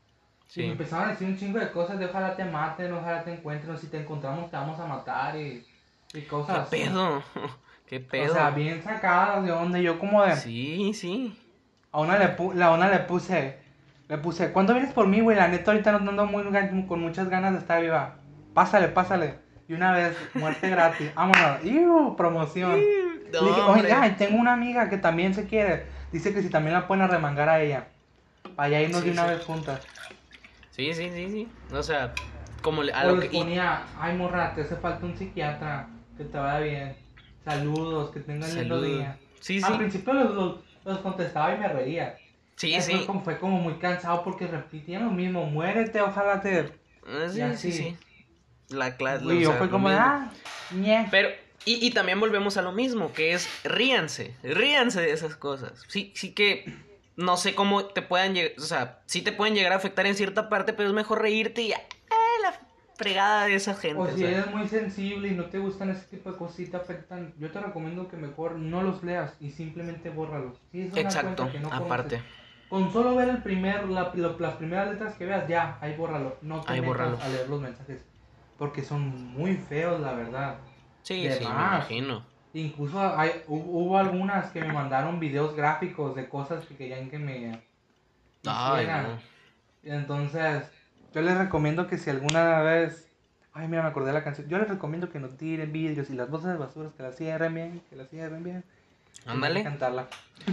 Y me Sí. empezaban a decir un chingo de cosas de ojalá te maten, ojalá te encuentren, o si te encontramos te vamos a matar y, y ¿Qué cosas así. pedo? ¿Qué O sea, pedo? bien sacadas de onda. Yo como de... Sí, sí. A una le, pu- la una le puse... Le puse, ¿cuándo vienes por mí, güey? La neta ahorita no ando muy, gan- con muchas ganas de estar viva. Pásale, pásale. Y una vez, muerte gratis. Vámonos. ¡Iu! Promoción. Le dije, No, oye, hombre. ay, tengo una amiga que también se quiere. Dice que si también la pueden arremangar a ella. Para ya irnos de Sí, una sí. vez juntas. Sí, sí, sí, sí. O sea, como le- a O lo les que... Y ponía, ay, morra, te hace falta un psiquiatra. Que te vaya bien. Saludos, que tengan lindo salud. día. Sí, Al sí. principio los, los, los contestaba y me reía. Ya Sí, después sí. como fue como muy cansado porque repetían lo mismo. Muérete, ojalá te... Ah, Y sí, sí, así. sí. La clase, Y o yo sea, fue lo como de, mismo. ah, ñe. Pero, y, y también volvemos a lo mismo, que es ríanse, ríanse de esas cosas. Sí, sí que no sé cómo te puedan llegar, o sea, sí te pueden llegar a afectar en cierta parte, pero es mejor reírte y ah, la fregada de esa O gente, o si sea. eres muy sensible y no te gustan ese tipo de cosas y te afectan, yo te recomiendo que mejor no los leas y simplemente bórralos. Si es una Exacto, cuenta que no conoces, aparte, con solo ver el primer, la- lo- las primeras letras que veas, ya, ahí bórralo. No te ahí metas bórralo. a leer los mensajes porque son muy feos, la verdad. Sí, De sí, me más. imagino. Incluso hay, hu- hubo algunas que me mandaron videos gráficos de cosas que querían que me Ay, hicieran. no. Entonces, yo les recomiendo que si alguna vez... Ay, mira, me acordé de la canción. Yo les recomiendo que no tiren vidrios y las bolsas de basura, que las cierren bien, que las cierren bien. Tenía que Ándale. cantarla.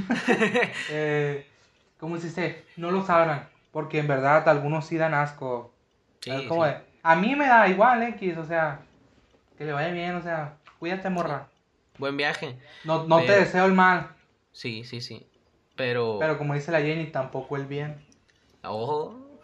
eh, ¿Cómo se dice? No los abran, porque en verdad algunos sí dan asco. Es Sí, como sí, de... A mí me da igual, X, o sea, que le vaya bien, o sea, cuídate, sí. morra. Buen viaje, No, no te pero, deseo el mal, sí, sí, sí. Pero, pero como dice la Jenny, tampoco el bien. ojo.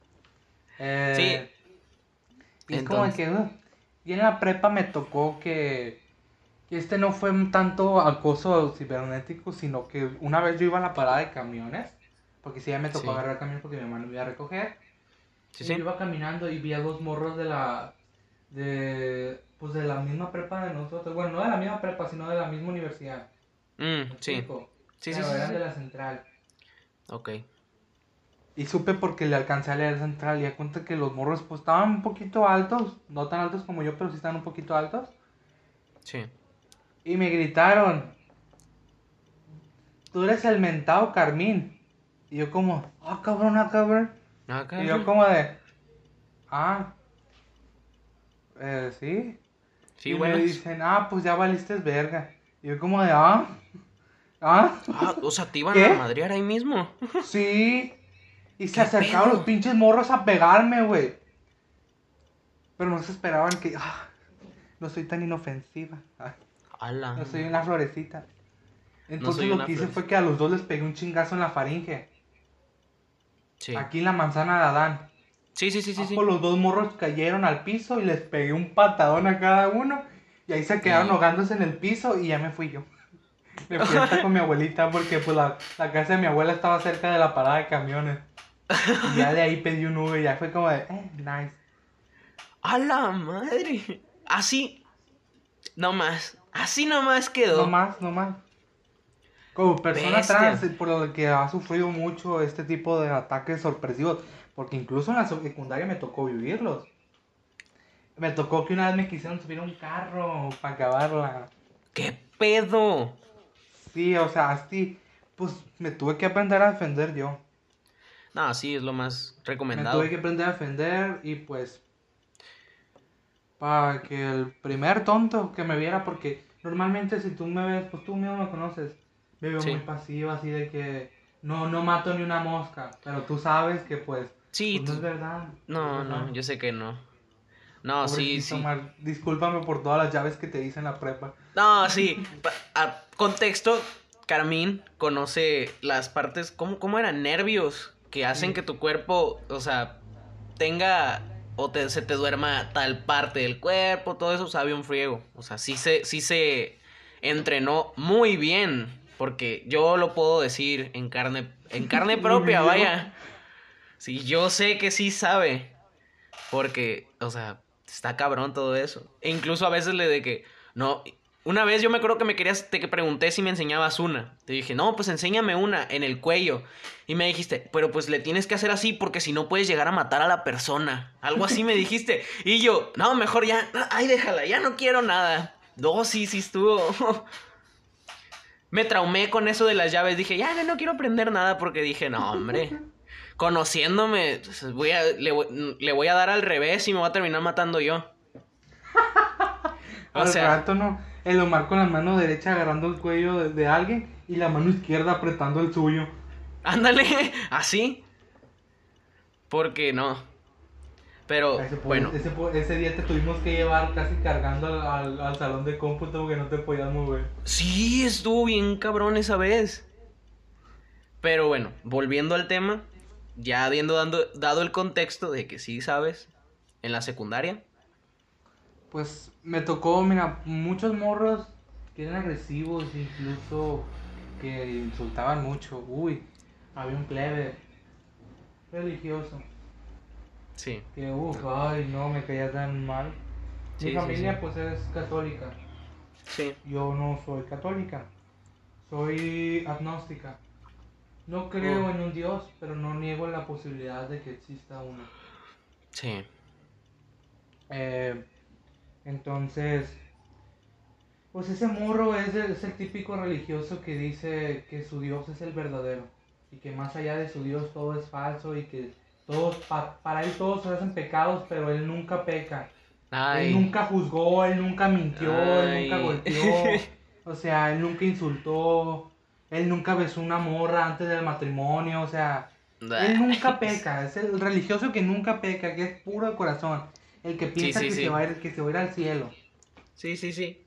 Sí, Eh, y es como de entonces, que... uh, y en la prepa me tocó que Y este no fue un tanto acoso cibernético, sino que una vez yo iba a la parada de camiones, porque sí, ya me tocó sí, agarrar camiones porque mi mamá me iba a recoger, sí, y yo sí. iba caminando y vi a dos morros de la, de, pues de la misma prepa de nosotros, bueno, no de la misma prepa, sino de la misma universidad, Mm, ¿me sí. explico? Sí, sí, Pero sí, sí, eran de sí. la central. Ok. Y supe porque le alcancé a leer central y a cuenta que los morros pues estaban un poquito altos, no tan altos como yo, pero sí estaban un poquito altos, Sí. y me gritaron, tú eres el mentado Carmín. Y yo como, ah, cabrón, ah, cabrón. Ah, Y yo cabrón. como de, ah, eh, sí. Sí, Y me buenas. dicen, ah, pues ya valiste verga. Y yo como de, ah, ah, Ah, o sea, te iban a ¿qué? madrear ahí mismo. Sí. Y se ¿Qué acercaron los pedo? pinches morros a pegarme, güey. Pero no se esperaban que, ah, no soy tan inofensiva. Ah, A la no soy una madre. florecita. No Entonces soy lo una que hice flores. fue que a los dos les pegué un chingazo en la faringe. Sí. Aquí en la manzana de Adán. Sí, sí, sí, sí, Ah, pues sí. los dos morros cayeron al piso y les pegué un patadón a cada uno. Y ahí se quedaron Y. ahogándose en el piso y ya me fui yo. Me fui hasta con mi abuelita porque pues la, la casa de mi abuela estaba cerca de la parada de camiones. Y ya de ahí pedí un Uber y ya fue como de, eh, nice. A la madre. Así. No más. Así nomás No quedó. más, no más. Como persona Bestia. trans, eh, por lo que ha sufrido mucho este tipo de ataques sorpresivos. Porque incluso en la secundaria me tocó vivirlos. Me tocó que una vez me quisieron subir a un carro para acabarla. ¿Qué pedo? Sí, o sea, así, pues me tuve que aprender a defender yo. No, sí, es lo más Me tuve recomendado. que aprender a defender y pues para que el primer tonto que me viera, porque normalmente si tú me ves, pues tú mismo me conoces, me veo muy Sí. pasivo, así de que no, no mato ni una mosca, pero tú sabes que pues, Sí, pues no es tú- verdad, no es no, no, verdad. yo sé que no. No, sí, Pobrecito sí. Mar, discúlpame por todas las llaves que te hice en la prepa. No, sí. Pa- a- contexto, Carmín conoce las partes, ¿cómo, cómo eran? Nervios que hacen Sí, que tu cuerpo, o sea, tenga o te, se te duerma tal parte del cuerpo, todo eso sabe un friego. O sea, sí se, sí se entrenó muy bien, porque yo lo puedo decir en carne, en carne lo propia, vivió. vaya. Sí, yo sé que sí sabe. Porque, o sea, está cabrón todo eso. E incluso a veces le de que, no, Una vez yo me acuerdo que me querías, te pregunté si me enseñabas una. Te dije, no, pues enséñame una en el cuello. Y me dijiste, pero pues le tienes que hacer así porque si no puedes llegar a matar a la persona. Algo así me dijiste. Y yo, no, mejor ya, ay, déjala, ya no quiero nada. No, sí, sí estuvo. Me traumé con eso de las llaves. Dije, ya, no, no quiero aprender nada porque dije, no, hombre. Conociéndome, pues, voy a, le, voy- le voy a dar al revés y me voy a terminar matando yo. O Al sea, rato, ¿no? El Omar con la mano derecha agarrando el cuello de, de alguien y la mano izquierda apretando el suyo. ándale, así. Porque no. A Pero Ese, po- bueno, ese, po- ese día te tuvimos que llevar casi cargando al, al, al salón de cómputo porque no te podías mover. sí, estuvo bien cabrón esa vez. Pero bueno, volviendo al tema, ya habiendo dando, dado el contexto de que sí sabes, en la secundaria. Pues me tocó, mira, muchos morros que eran agresivos, incluso que insultaban mucho. Uy, había un plebe religioso Sí, que, uff, ay, no, me caía tan mal. Mi sí, sí, sí. familia, pues, es católica. Sí. Yo no soy católica, soy agnóstica. No Oh, creo en un Dios, pero no niego la posibilidad de que exista uno. sí. Eh, entonces, pues ese morro es el, es el típico religioso que dice que su Dios es el verdadero y que más allá de su Dios todo es falso y que todos, pa- para él todos se hacen pecados, pero él nunca peca. Él Ay. nunca juzgó, él nunca mintió, él nunca Ay. golpeó, o sea, él nunca insultó, él nunca besó una morra antes del matrimonio, o sea, él nunca Ay. peca, es el religioso que nunca peca, que es puro de corazón, el que Sí, piensa sí, que se va a sí. ir, que se va a ir al cielo. Sí, sí, sí.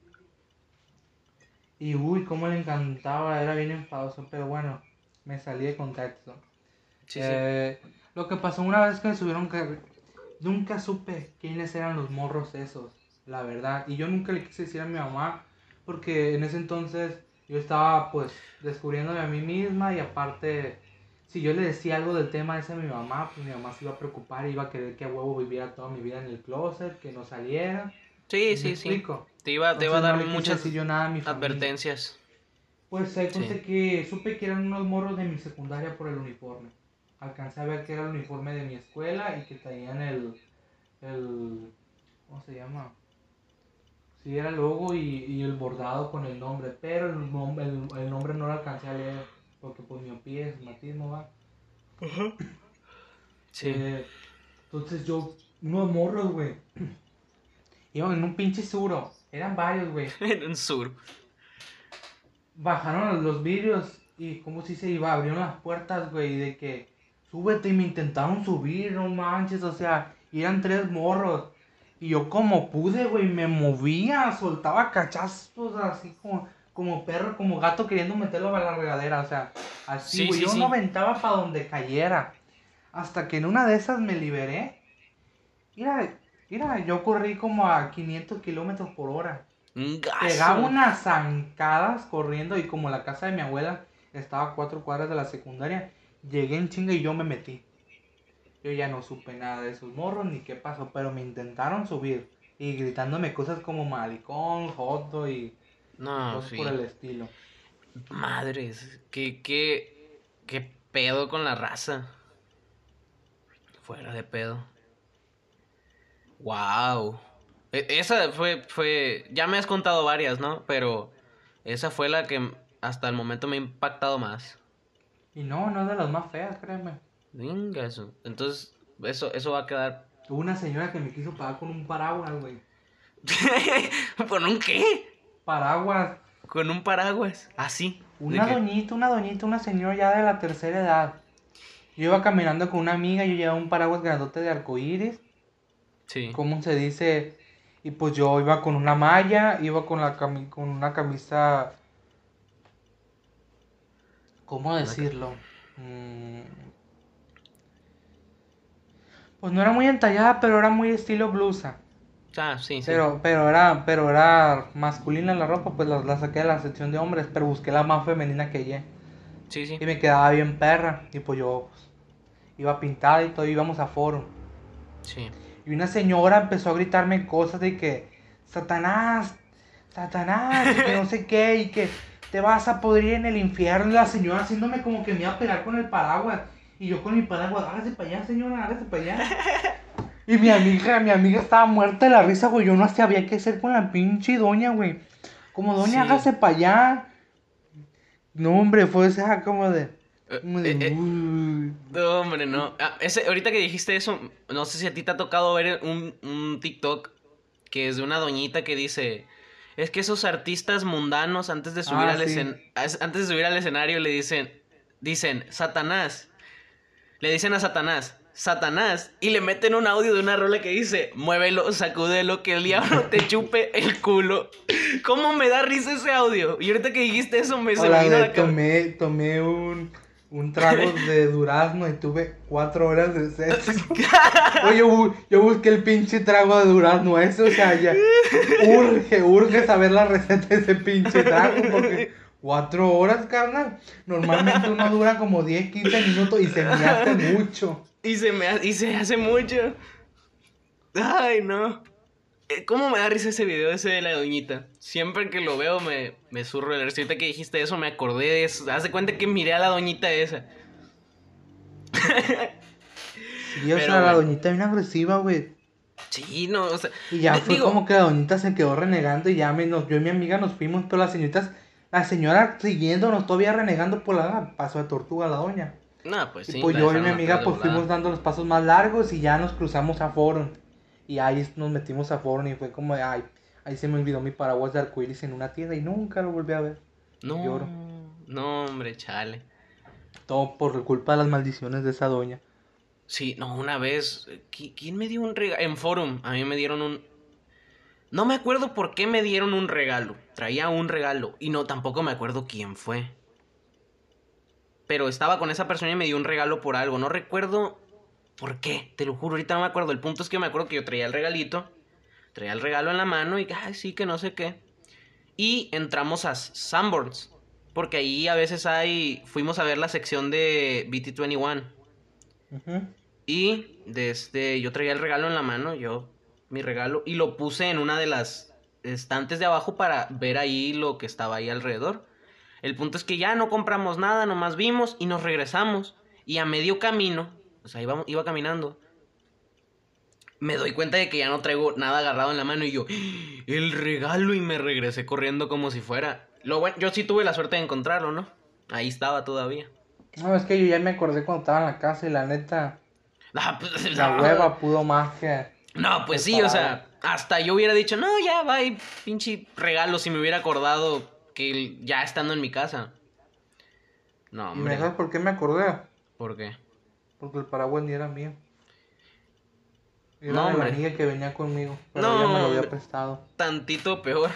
Y uy, cómo le encantaba, era bien enfadoso, pero bueno, me salí de contexto. Sí, sí. Eh, lo que pasó una vez que me subieron que nunca supe quiénes eran los morros esos, la verdad. Y yo nunca le quise decir a mi mamá, porque en ese entonces yo estaba pues descubriéndome a mí misma y aparte, si yo le decía algo del tema ese a mi mamá, pues mi mamá se iba a preocupar y iba a querer que a huevo viviera toda mi vida en el closet, que no saliera. Sí, ¿Sí me sí, sí. explico? Te iba, te iba a Entonces no dar le quise decir muchas yo nada a mi familia. advertencias. Pues se Sí. cuenta que supe que eran unos morros de mi secundaria por el uniforme. Alcancé a ver que era el uniforme de mi escuela y que traían el, el ¿cómo se llama? Sí, era el logo y, y el bordado con el nombre, pero el, nom- el, el nombre no lo alcancé a leer, porque pues miopía, estigmatismo, va. Sí. Eh, entonces yo, unos morros, güey, iban en un pinche suro, eran varios, güey. En un sur. Bajaron los vidrios y como si se iba, abrieron las puertas, güey, de que súbete y me intentaron subir, no manches, o sea, y eran tres morros. Y yo como pude, güey, me movía, soltaba cachazos así como, como perro, como gato queriendo meterlo a la regadera, o sea, así, Sí, güey, sí, yo no sí. aventaba para donde cayera. Hasta que en una de esas me liberé. Mira, mira, yo corrí como a quinientos kilómetros por hora. Un Pegaba gaso. unas zancadas corriendo y como la casa de mi abuela estaba a cuatro cuadras de la secundaria, llegué en chinga y yo me metí. Yo ya no supe nada de esos morros ni qué pasó, pero me intentaron subir y gritándome cosas como maricón, joto y, y No, cosas por sí. el estilo. Madres. ¿Qué, qué, qué pedo con la raza? Fuera de pedo. Wow. Esa fue, fue. Ya me has contado varias, ¿no? Pero esa fue la que hasta el momento me ha impactado más. Y no, no es de las más feas, créeme. Venga, eso. Entonces, eso, eso va a quedar. Hubo una señora que me quiso pagar con un paraguas, güey. ¿Con un qué? Paraguas. Con un paraguas. Así. ¿De Una qué? doñita, una doñita, una señora ya de la tercera edad. Yo iba caminando con una amiga, yo llevaba un paraguas grandote de arcoíris. Sí. ¿Cómo se dice? Y pues yo iba con una malla, iba con, la cami- con una camisa, ¿cómo Una ca- decirlo? Mm, pues no era muy entallada, pero era muy estilo blusa. Ah, sí, sí. Pero, pero era, pero era masculina la ropa, pues la, la saqué de la sección de hombres, pero busqué la más femenina que ella. Sí, sí. Y me quedaba bien perra. Y pues yo pues, iba pintada y todo, íbamos a foro. Sí. Y una señora empezó a gritarme cosas de que, Satanás, Satanás, y que no sé qué, y que te vas a podrir en el infierno. La señora haciéndome como que me iba a pegar con el paraguas. Y yo con mi paraguas, hágase para allá, señora, hágase para allá. Y mi amiga, mi amiga estaba muerta de la risa, güey. Yo no sabía qué hacer con la pinche doña, güey. Como, doña, Sí. hágase para allá. No, hombre, fue esa como de... Eh, Como de... eh, eh, uy. no, hombre, no. Ah, ese, ahorita que dijiste eso, no sé si a ti te ha tocado ver un, un TikTok que es de una doñita que dice, es que esos artistas mundanos antes de subir Ah, al sí. escen- as- antes de subir al escenario le dicen, dicen, Satanás, le dicen a Satanás, Satanás, y le meten un audio de una rola que dice, muévelo, sacúdelo, que el diablo te chupe el culo. ¿Cómo me da risa ese audio? Y ahorita que dijiste eso me, O se me la vino a de la cabeza. tomé, tomé un, un trago de durazno y tuve cuatro horas de sexo. Oye, yo, bu- yo busqué el pinche trago de durazno ese, o sea, ya urge, urge saber la receta de ese pinche trago porque cuatro horas, carnal. Normalmente uno dura como diez, quince minutos y se me hace mucho. Y se me ha- y se hace mucho. Ay, no. Eh, ¿Cómo me da risa ese video ese de la doñita? Siempre que lo veo me, me zurro de la risa. Ahorita que dijiste eso me acordé de eso. Haz de cuenta que miré a la doñita esa. Sí, o Pero sea, la bueno. doñita bien agresiva, güey. Sí, no, o sea. Y ya de- fue como digo, que la doñita se quedó renegando y ya me, nos, yo y mi amiga nos fuimos, pero las señoritas, la señora siguiéndonos todavía renegando por la paso de tortuga la doña. no, pues Y sí, pues la yo y mi dejaron atrás amiga de pues fuimos volada. dando los pasos más largos y ya nos cruzamos a Forum. Y ahí nos metimos a Forum y fue como de, ay, ahí se me olvidó mi paraguas de arcoíris en una tienda y nunca lo volví a ver. Y No, lloro. no, hombre, chale. Todo por culpa de las maldiciones de esa doña. Sí, no, una vez. eh, ¿qui- ¿Quién me dio un regalo? En Forum, a mí me dieron un. No me acuerdo por qué me dieron un regalo. Traía un regalo. Y no, tampoco me acuerdo quién fue. Pero estaba con esa persona y me dio un regalo por algo. No recuerdo por qué, te lo juro, ahorita no me acuerdo. El punto es que me acuerdo que yo traía el regalito. Traía el regalo en la mano y, ay, sí, que no sé qué. Y entramos a Sanborns. Porque ahí a veces hay. Fuimos a ver la sección de B T veintiuno. Ujú. Y desde, yo traía el regalo en la mano, yo, mi regalo, y lo puse en una de las estantes de abajo para ver ahí lo que estaba ahí alrededor. El punto es que ya no compramos nada, nomás vimos y nos regresamos. Y a medio camino, o sea, iba, iba caminando, me doy cuenta de que ya no traigo nada agarrado en la mano y yo, ¡ah! El regalo, y me regresé corriendo como si fuera. Lo bueno, yo sí tuve la suerte de encontrarlo, ¿no? Ahí estaba todavía. No, es que yo ya me acordé cuando estaba en la casa y la neta, Ah, pues, la hueva pudo más que no, pues el sí, o paraguas. sea, hasta yo hubiera dicho, no, ya, va, pinche regalo, si me hubiera acordado que ya estando en mi casa. No, ¿Y me hombre, sabes por qué me acordé? ¿por qué? Porque el paraguas ni era mío. Era No, de la hombre, amiga que venía conmigo, pero ella me lo no, había hombre, prestado. tantito peor.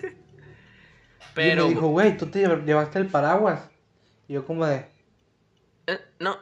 Y me Pero, dijo, güey, tú te lle- llevaste el paraguas. Y yo como de, eh, no,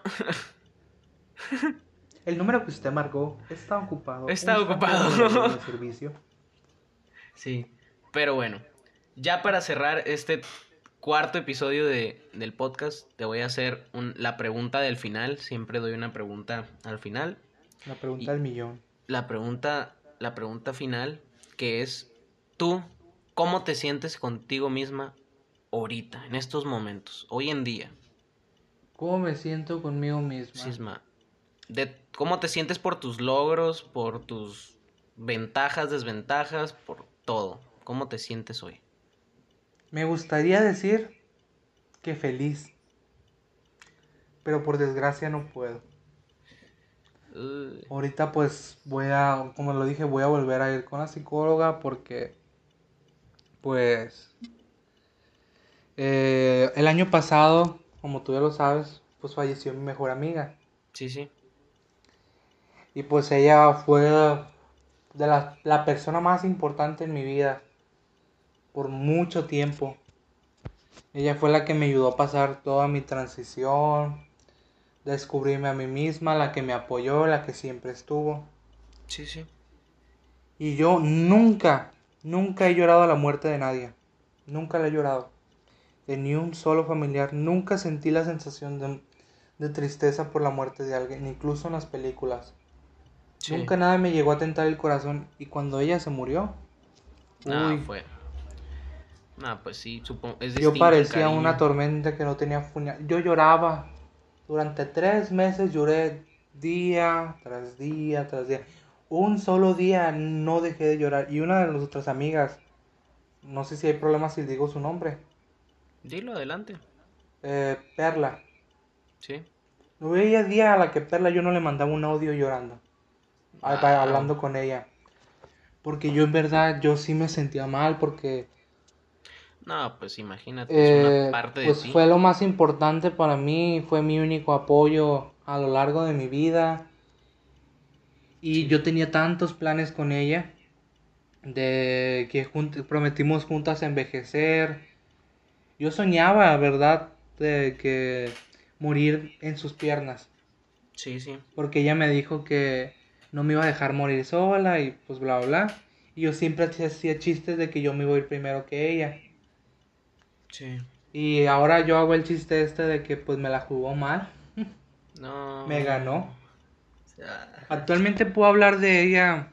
el número que usted marcó está ocupado. Un está instante de ocupado. servicio. Sí, pero bueno, ya para cerrar este cuarto episodio de, del podcast, te voy a hacer un- la pregunta del final. Siempre doy una pregunta al final. La pregunta Y del millón. la pregunta, la pregunta final, que es, ¿tú cómo te sientes contigo misma ahorita, en estos momentos, hoy en día? ¿Cómo me siento conmigo misma? Sisma, de cómo te sientes por tus logros, por tus ventajas, desventajas, por todo. ¿Cómo te sientes hoy? Me gustaría decir que feliz, pero por desgracia no puedo. Uy, Ahorita pues voy a, como lo dije, voy a volver a ir con la psicóloga porque pues eh, el año pasado, como tú ya lo sabes, pues falleció mi mejor amiga. sí, sí. Y pues ella fue de la, la persona más importante en mi vida por mucho tiempo. Ella fue la que me ayudó a pasar toda mi transición, descubrirme a mí misma, la que me apoyó, la que siempre estuvo. Sí, sí. Y yo nunca, nunca he llorado a la muerte de nadie. Nunca la he llorado. De ni un solo familiar. Nunca sentí la sensación de, de tristeza por la muerte de alguien, incluso en las películas. Sí. Nunca nada me llegó a tentar el corazón. Y cuando ella se murió, Ah, uy, fue. Ah, pues sí, supongo, es Yo distinto el parecía una cariño. tormenta que no tenía fuña. Yo lloraba. Durante tres meses lloré día tras día tras día. Un solo día no dejé de llorar. Y una de nuestras amigas, no sé si hay problemas si digo su nombre, Dilo, adelante. eh, Perla. Sí. No veía día a la que Perla yo no le mandaba un audio llorando, ah, va- Wow. hablando con ella. Porque yo en verdad, yo sí me sentía mal porque No, pues imagínate, es una eh, parte de pues ti. fue lo más importante para mí, fue mi único apoyo a lo largo de mi vida. Y Sí, yo sí. tenía tantos planes con ella, de que junt- prometimos juntas envejecer. Yo soñaba, ¿verdad?, de que morir en sus piernas, Sí, sí. porque ella me dijo que no me iba a dejar morir sola y pues bla, bla, bla. Y yo siempre hacía hacía chistes de que yo me iba a ir primero que ella. Sí. Y ahora yo hago el chiste este de que pues me la jugó mal, me No. ganó. O sea, Actualmente puedo hablar de ella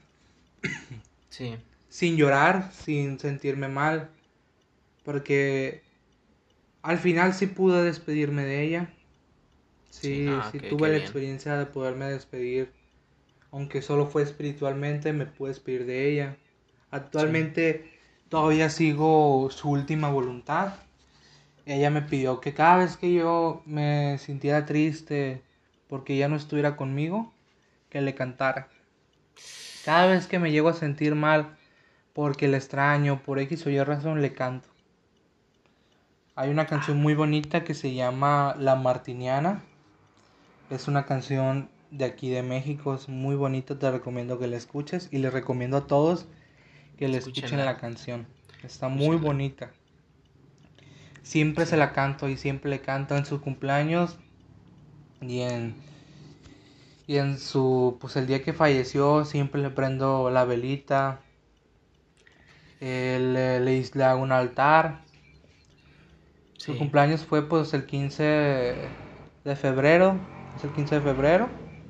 sí. sin llorar, sin sentirme mal, porque al final sí pude despedirme de ella. Sí, Sí, no, sí qué, tuve qué la bien. experiencia de poderme despedir. Aunque solo fue espiritualmente, me pude despedir de ella. Sí. Actualmente todavía sigo su última voluntad. Ella me pidió que cada vez que yo me sintiera triste porque ella no estuviera conmigo, que le cantara. Cada vez que me llego a sentir mal porque le extraño, por X o Y razón, le canto. Hay una canción muy bonita que se llama La Martiniana. Es una canción de aquí de México, es muy bonita, te recomiendo que la escuches y les recomiendo a todos que le escuchen Escúchenla. la canción. Está muy Escúchenla. bonita. Siempre se Sí. la canto y siempre le canto en sus cumpleaños y en y en su pues el día que falleció siempre le prendo la velita, eh, le, le, le hago un altar. Su Sí. cumpleaños fue pues el quince de febrero, es el quince de febrero.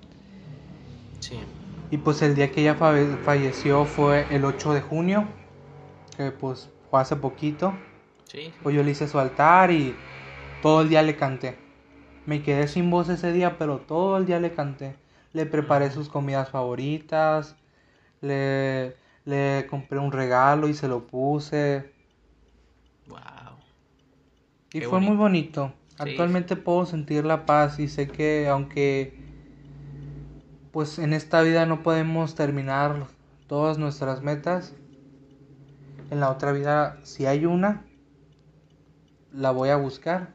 Sí. Y pues el día que ella falle- falleció fue el ocho de junio, que pues fue hace poquito. Sí, sí. Pues yo le hice su altar y todo el día le canté. Me quedé Sí. sin voz ese día, pero todo el día le canté. Le preparé Ujú. sus comidas favoritas, le, le compré un regalo y se lo puse. Wow. Y Qué fue muy bonito. bonito. Sí, sí. Actualmente puedo sentir la paz y sé que aunque pues en esta vida no podemos terminar todas nuestras metas, en la otra vida si hay una, la voy a buscar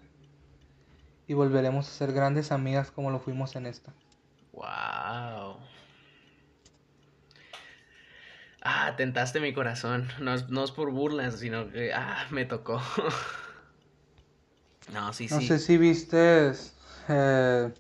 y volveremos a ser grandes amigas como lo fuimos en esta. Wow. Ah, tentaste mi corazón. No es, no es por burlas, sino que, ah, me tocó. No, sí, No sé sí. si viste eh,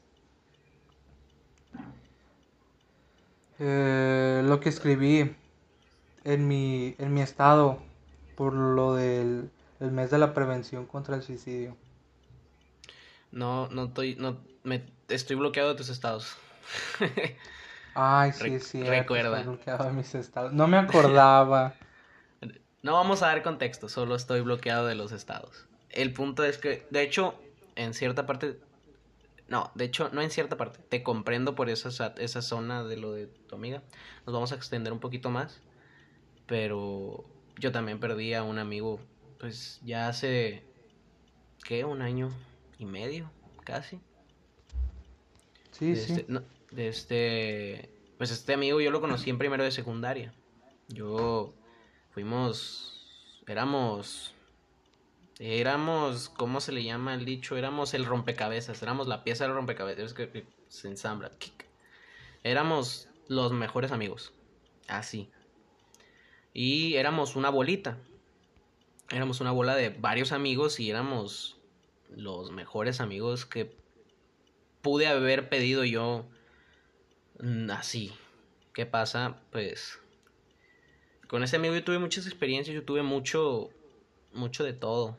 eh, lo que escribí en mi, en mi estado por lo del el mes de la prevención contra el suicidio. No, no estoy, no, me, estoy bloqueado de tus estados. Ay, sí Re- es cierto, está recuerda. bloqueado en mis estados. No me acordaba. No vamos a dar contexto, solo estoy bloqueado de los estados. El punto es que, de hecho, en cierta parte, no, de hecho, no en cierta parte, te comprendo por esa, sa- esa zona de lo de tu amiga. Nos vamos a extender un poquito más, pero yo también perdí a un amigo, pues ya hace, ¿qué? Un año y medio, casi. Sí, De sí. este, no, de este, pues este amigo yo lo conocí en primero de secundaria. Yo fuimos, éramos, éramos, ¿cómo se le llama el dicho? Éramos el rompecabezas, éramos la pieza del rompecabezas, es que, que se ensambla. Kick. Éramos los mejores amigos, así. Y éramos una bolita, éramos una bola de varios amigos y éramos los mejores amigos que pude haber pedido yo mm, así. ¿Qué pasa? Pues con ese amigo yo tuve muchas experiencias, yo tuve mucho, mucho de todo.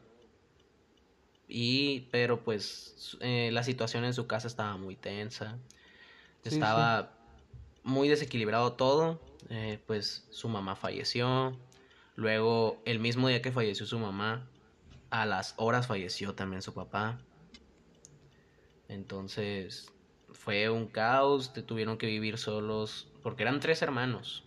Y, pero pues eh, la situación en su casa estaba muy tensa, Sí, sí. estaba muy desequilibrado todo. Eh, pues su mamá falleció. Luego, el mismo día que falleció su mamá, A las horas falleció también su papá. Entonces fue un caos, te tuvieron que vivir solos, porque eran tres hermanos.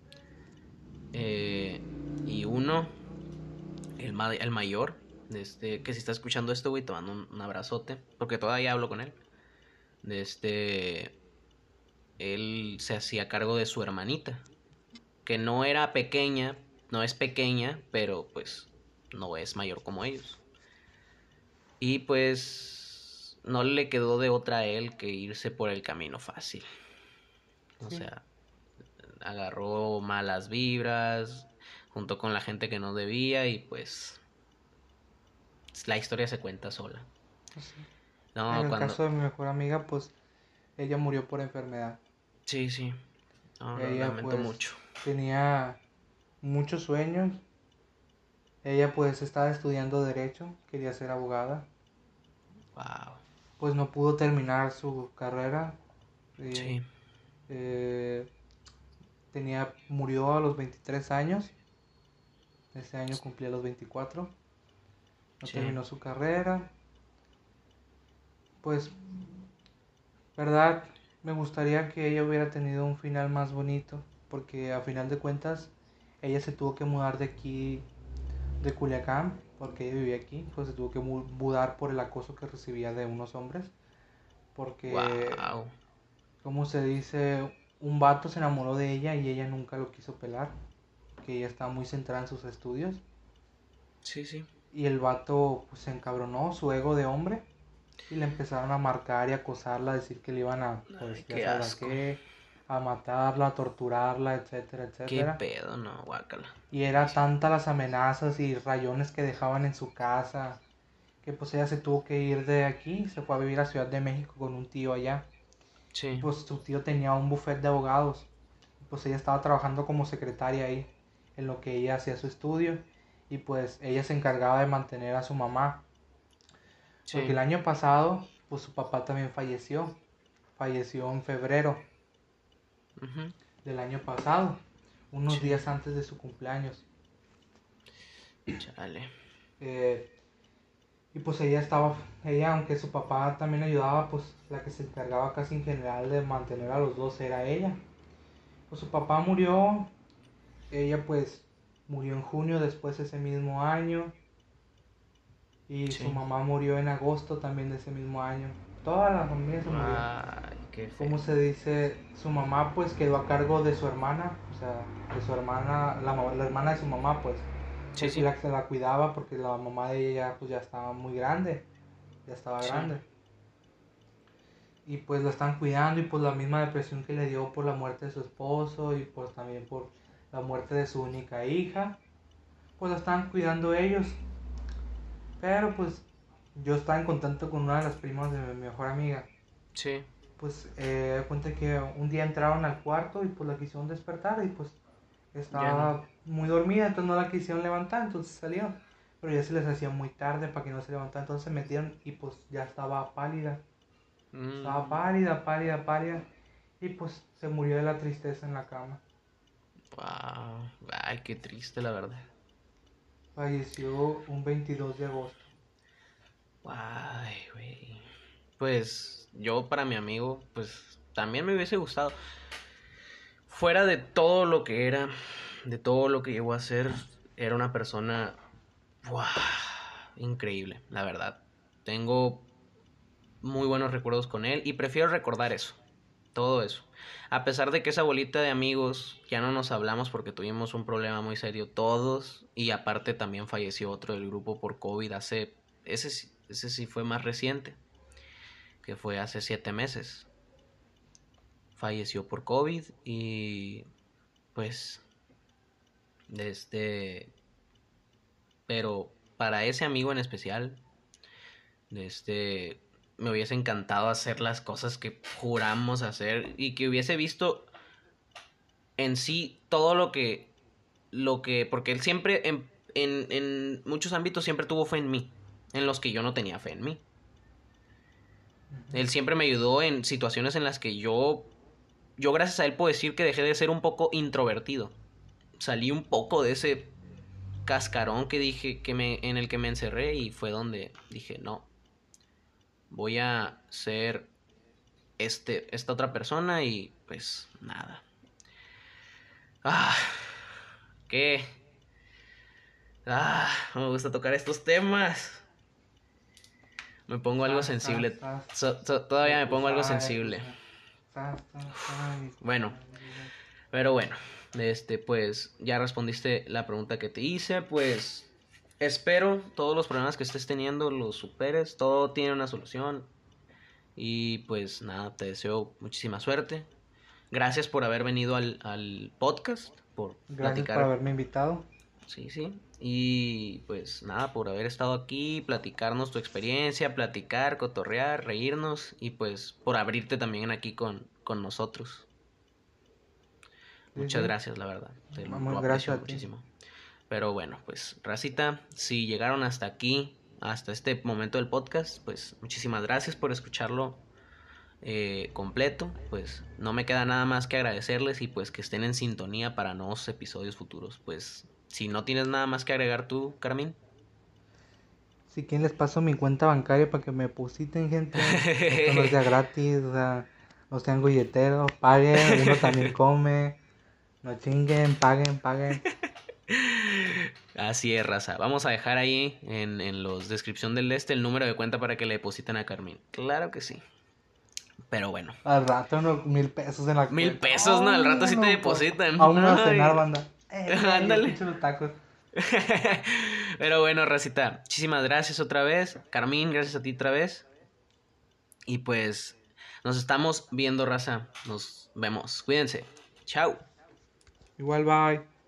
Eh, y uno, el, ma- el mayor, este, que si está escuchando esto, güey, te mando un, un abrazote, porque todavía hablo con él. De este, él se hacía cargo de su hermanita, que no era pequeña, no es pequeña, pero pues no es mayor como ellos. Y pues no le quedó de otra a él que irse por el camino fácil. O Sí, sea, agarró malas vibras, junto con la gente que no debía y pues la historia se cuenta sola. pues sí. En No, el cuando... caso de mi mejor amiga, pues ella murió por enfermedad. Sí, sí. No, lo Ella lamento pues mucho. tenía muchos sueños. Ella pues estaba estudiando derecho, quería ser abogada. Wow. Pues no pudo terminar su carrera. eh, Sí, eh, tenía, murió a los veintitrés años. Ese año cumplía los veinticuatro. No sí. terminó su carrera. Pues, verdad, me gustaría que ella hubiera tenido un final más bonito. Porque a final de cuentas, ella se tuvo que mudar de aquí, de Culiacán, porque ella vivía aquí. Pues se tuvo que mudar por el acoso que recibía de unos hombres. Porque, Wow. como se dice, un vato se enamoró de ella y ella nunca lo quiso pelar. Que ella estaba muy centrada en sus estudios. Sí, sí. Y el vato pues se encabronó, su ego de hombre. Y le empezaron a marcar y acosarla, a decir que le iban a, Ay, pues ya qué sabrá asco. qué, a matarla, a torturarla, etcétera, Qué etcétera. pedo, no, guácala. Y Ay, era sí. tanta las amenazas y rayones que dejaban en su casa, que pues ella se tuvo que ir de aquí, se fue a vivir a Ciudad de México con un tío allá. Y Sí. pues su tío tenía un bufete de abogados. Y pues ella estaba trabajando como secretaria ahí, en lo que ella hacía su estudio. Y pues ella se encargaba de mantener a su mamá. Porque Sí. el año pasado, pues su papá también falleció. Falleció en febrero Ujú. del año pasado, unos Sí. días antes de su cumpleaños. Chale. Eh, y pues ella estaba, ella aunque su papá también ayudaba, pues la que se encargaba casi en general de mantener a los dos era ella. Pues su papá murió, ella pues murió en junio después ese mismo año. Y su Sí. mamá murió en agosto también de ese mismo año. Toda la familia se murió. Ay, qué Como feo. se dice, su mamá pues quedó a cargo de su hermana, o sea, de su hermana, la, la hermana de su mamá pues, Sí, fue sí. la que la cuidaba porque la mamá de ella pues ya estaba muy grande, ya estaba Sí. grande. Y pues la están cuidando y pues la misma depresión que le dio por la muerte de su esposo y pues también por la muerte de su única hija, pues la están cuidando ellos. Pero pues yo estaba en contacto con una de las primas de mi mejor amiga. Sí. Pues eh, cuenta que un día entraron al cuarto y pues la quisieron despertar y pues Ya no. estaba muy dormida, entonces no la quisieron levantar, entonces salió. Pero ya se les hacía muy tarde para que no se levantara, entonces se metieron y pues ya estaba pálida. Estaba Mm. pálida, pálida, pálida. Y pues se murió de la tristeza en la cama. Wow. Ay, qué triste, la verdad. Falleció un veintidós de agosto. Ay, güey. Pues yo para mi amigo, pues también me hubiese gustado. Fuera de todo lo que era, de todo lo que llegó a ser, era una persona ¡buah! Increíble, la verdad. Tengo muy buenos recuerdos con él y prefiero recordar eso, todo eso. A pesar de que esa bolita de amigos ya no nos hablamos porque tuvimos un problema muy serio todos y aparte también falleció otro del grupo por COVID hace, ese, sí- ese sí fue más reciente, que fue hace siete meses. Falleció por COVID y pues desde, pero para ese amigo en especial, desde, me hubiese encantado hacer las cosas que juramos hacer y que hubiese visto en sí todo lo que, lo que, porque él siempre, en, en, en muchos ámbitos siempre tuvo fe en mí, en los que yo no tenía fe en mí. Ujú. Él siempre me ayudó en situaciones en las que yo, yo gracias a él puedo decir que dejé de ser un poco introvertido. Salí un poco de ese cascarón que dije que me, en el que me encerré y fue donde dije, no, voy a ser este, esta otra persona y pues nada. Ah, ¿qué? Ah, no me gusta tocar estos temas. Me pongo algo sensible. So, so, todavía me pongo algo sensible. Bueno, pero bueno, este, pues ya respondiste la pregunta que te hice, pues espero todos los problemas que estés teniendo los superes, todo tiene una solución y pues nada, te deseo muchísima suerte. Gracias por haber venido al, al podcast, por Gracias platicar. por haberme invitado. Sí, sí. Y pues nada, por haber estado aquí, platicarnos tu experiencia, platicar, cotorrear, reírnos y pues por abrirte también aquí con, con nosotros. Sí, Muchas sí. gracias, la verdad. Te lo, Muy lo gracias aprecio a ti. muchísimo. Pero bueno, pues racita, si llegaron hasta aquí, hasta este momento del podcast, pues muchísimas gracias por escucharlo eh, completo. Pues no me queda nada más que agradecerles y pues que estén en sintonía para nuevos episodios futuros. Pues si no tienes nada más que agregar tú, Carmín. Si quieren les paso mi cuenta bancaria para que me depositen, gente. Esto no es de gratis, o sea, no sean golleteros, paguen, uno también come. No chinguen, paguen, paguen. Así es, raza. Vamos a dejar ahí en, en los descripción del este el número de cuenta para que le depositen a Carmín. Claro que sí. Pero bueno. Al rato no, mil pesos en la Mil cuenta. pesos, no, al rato sí te no, depositan. Vámonos a Ay. cenar, banda. Eh, Ándale. pinche los tacos. Pero bueno, racita, muchísimas gracias otra vez. Carmín, gracias a ti otra vez. Y pues nos estamos viendo, raza. Nos vemos. Cuídense. Chao. Igual, bye.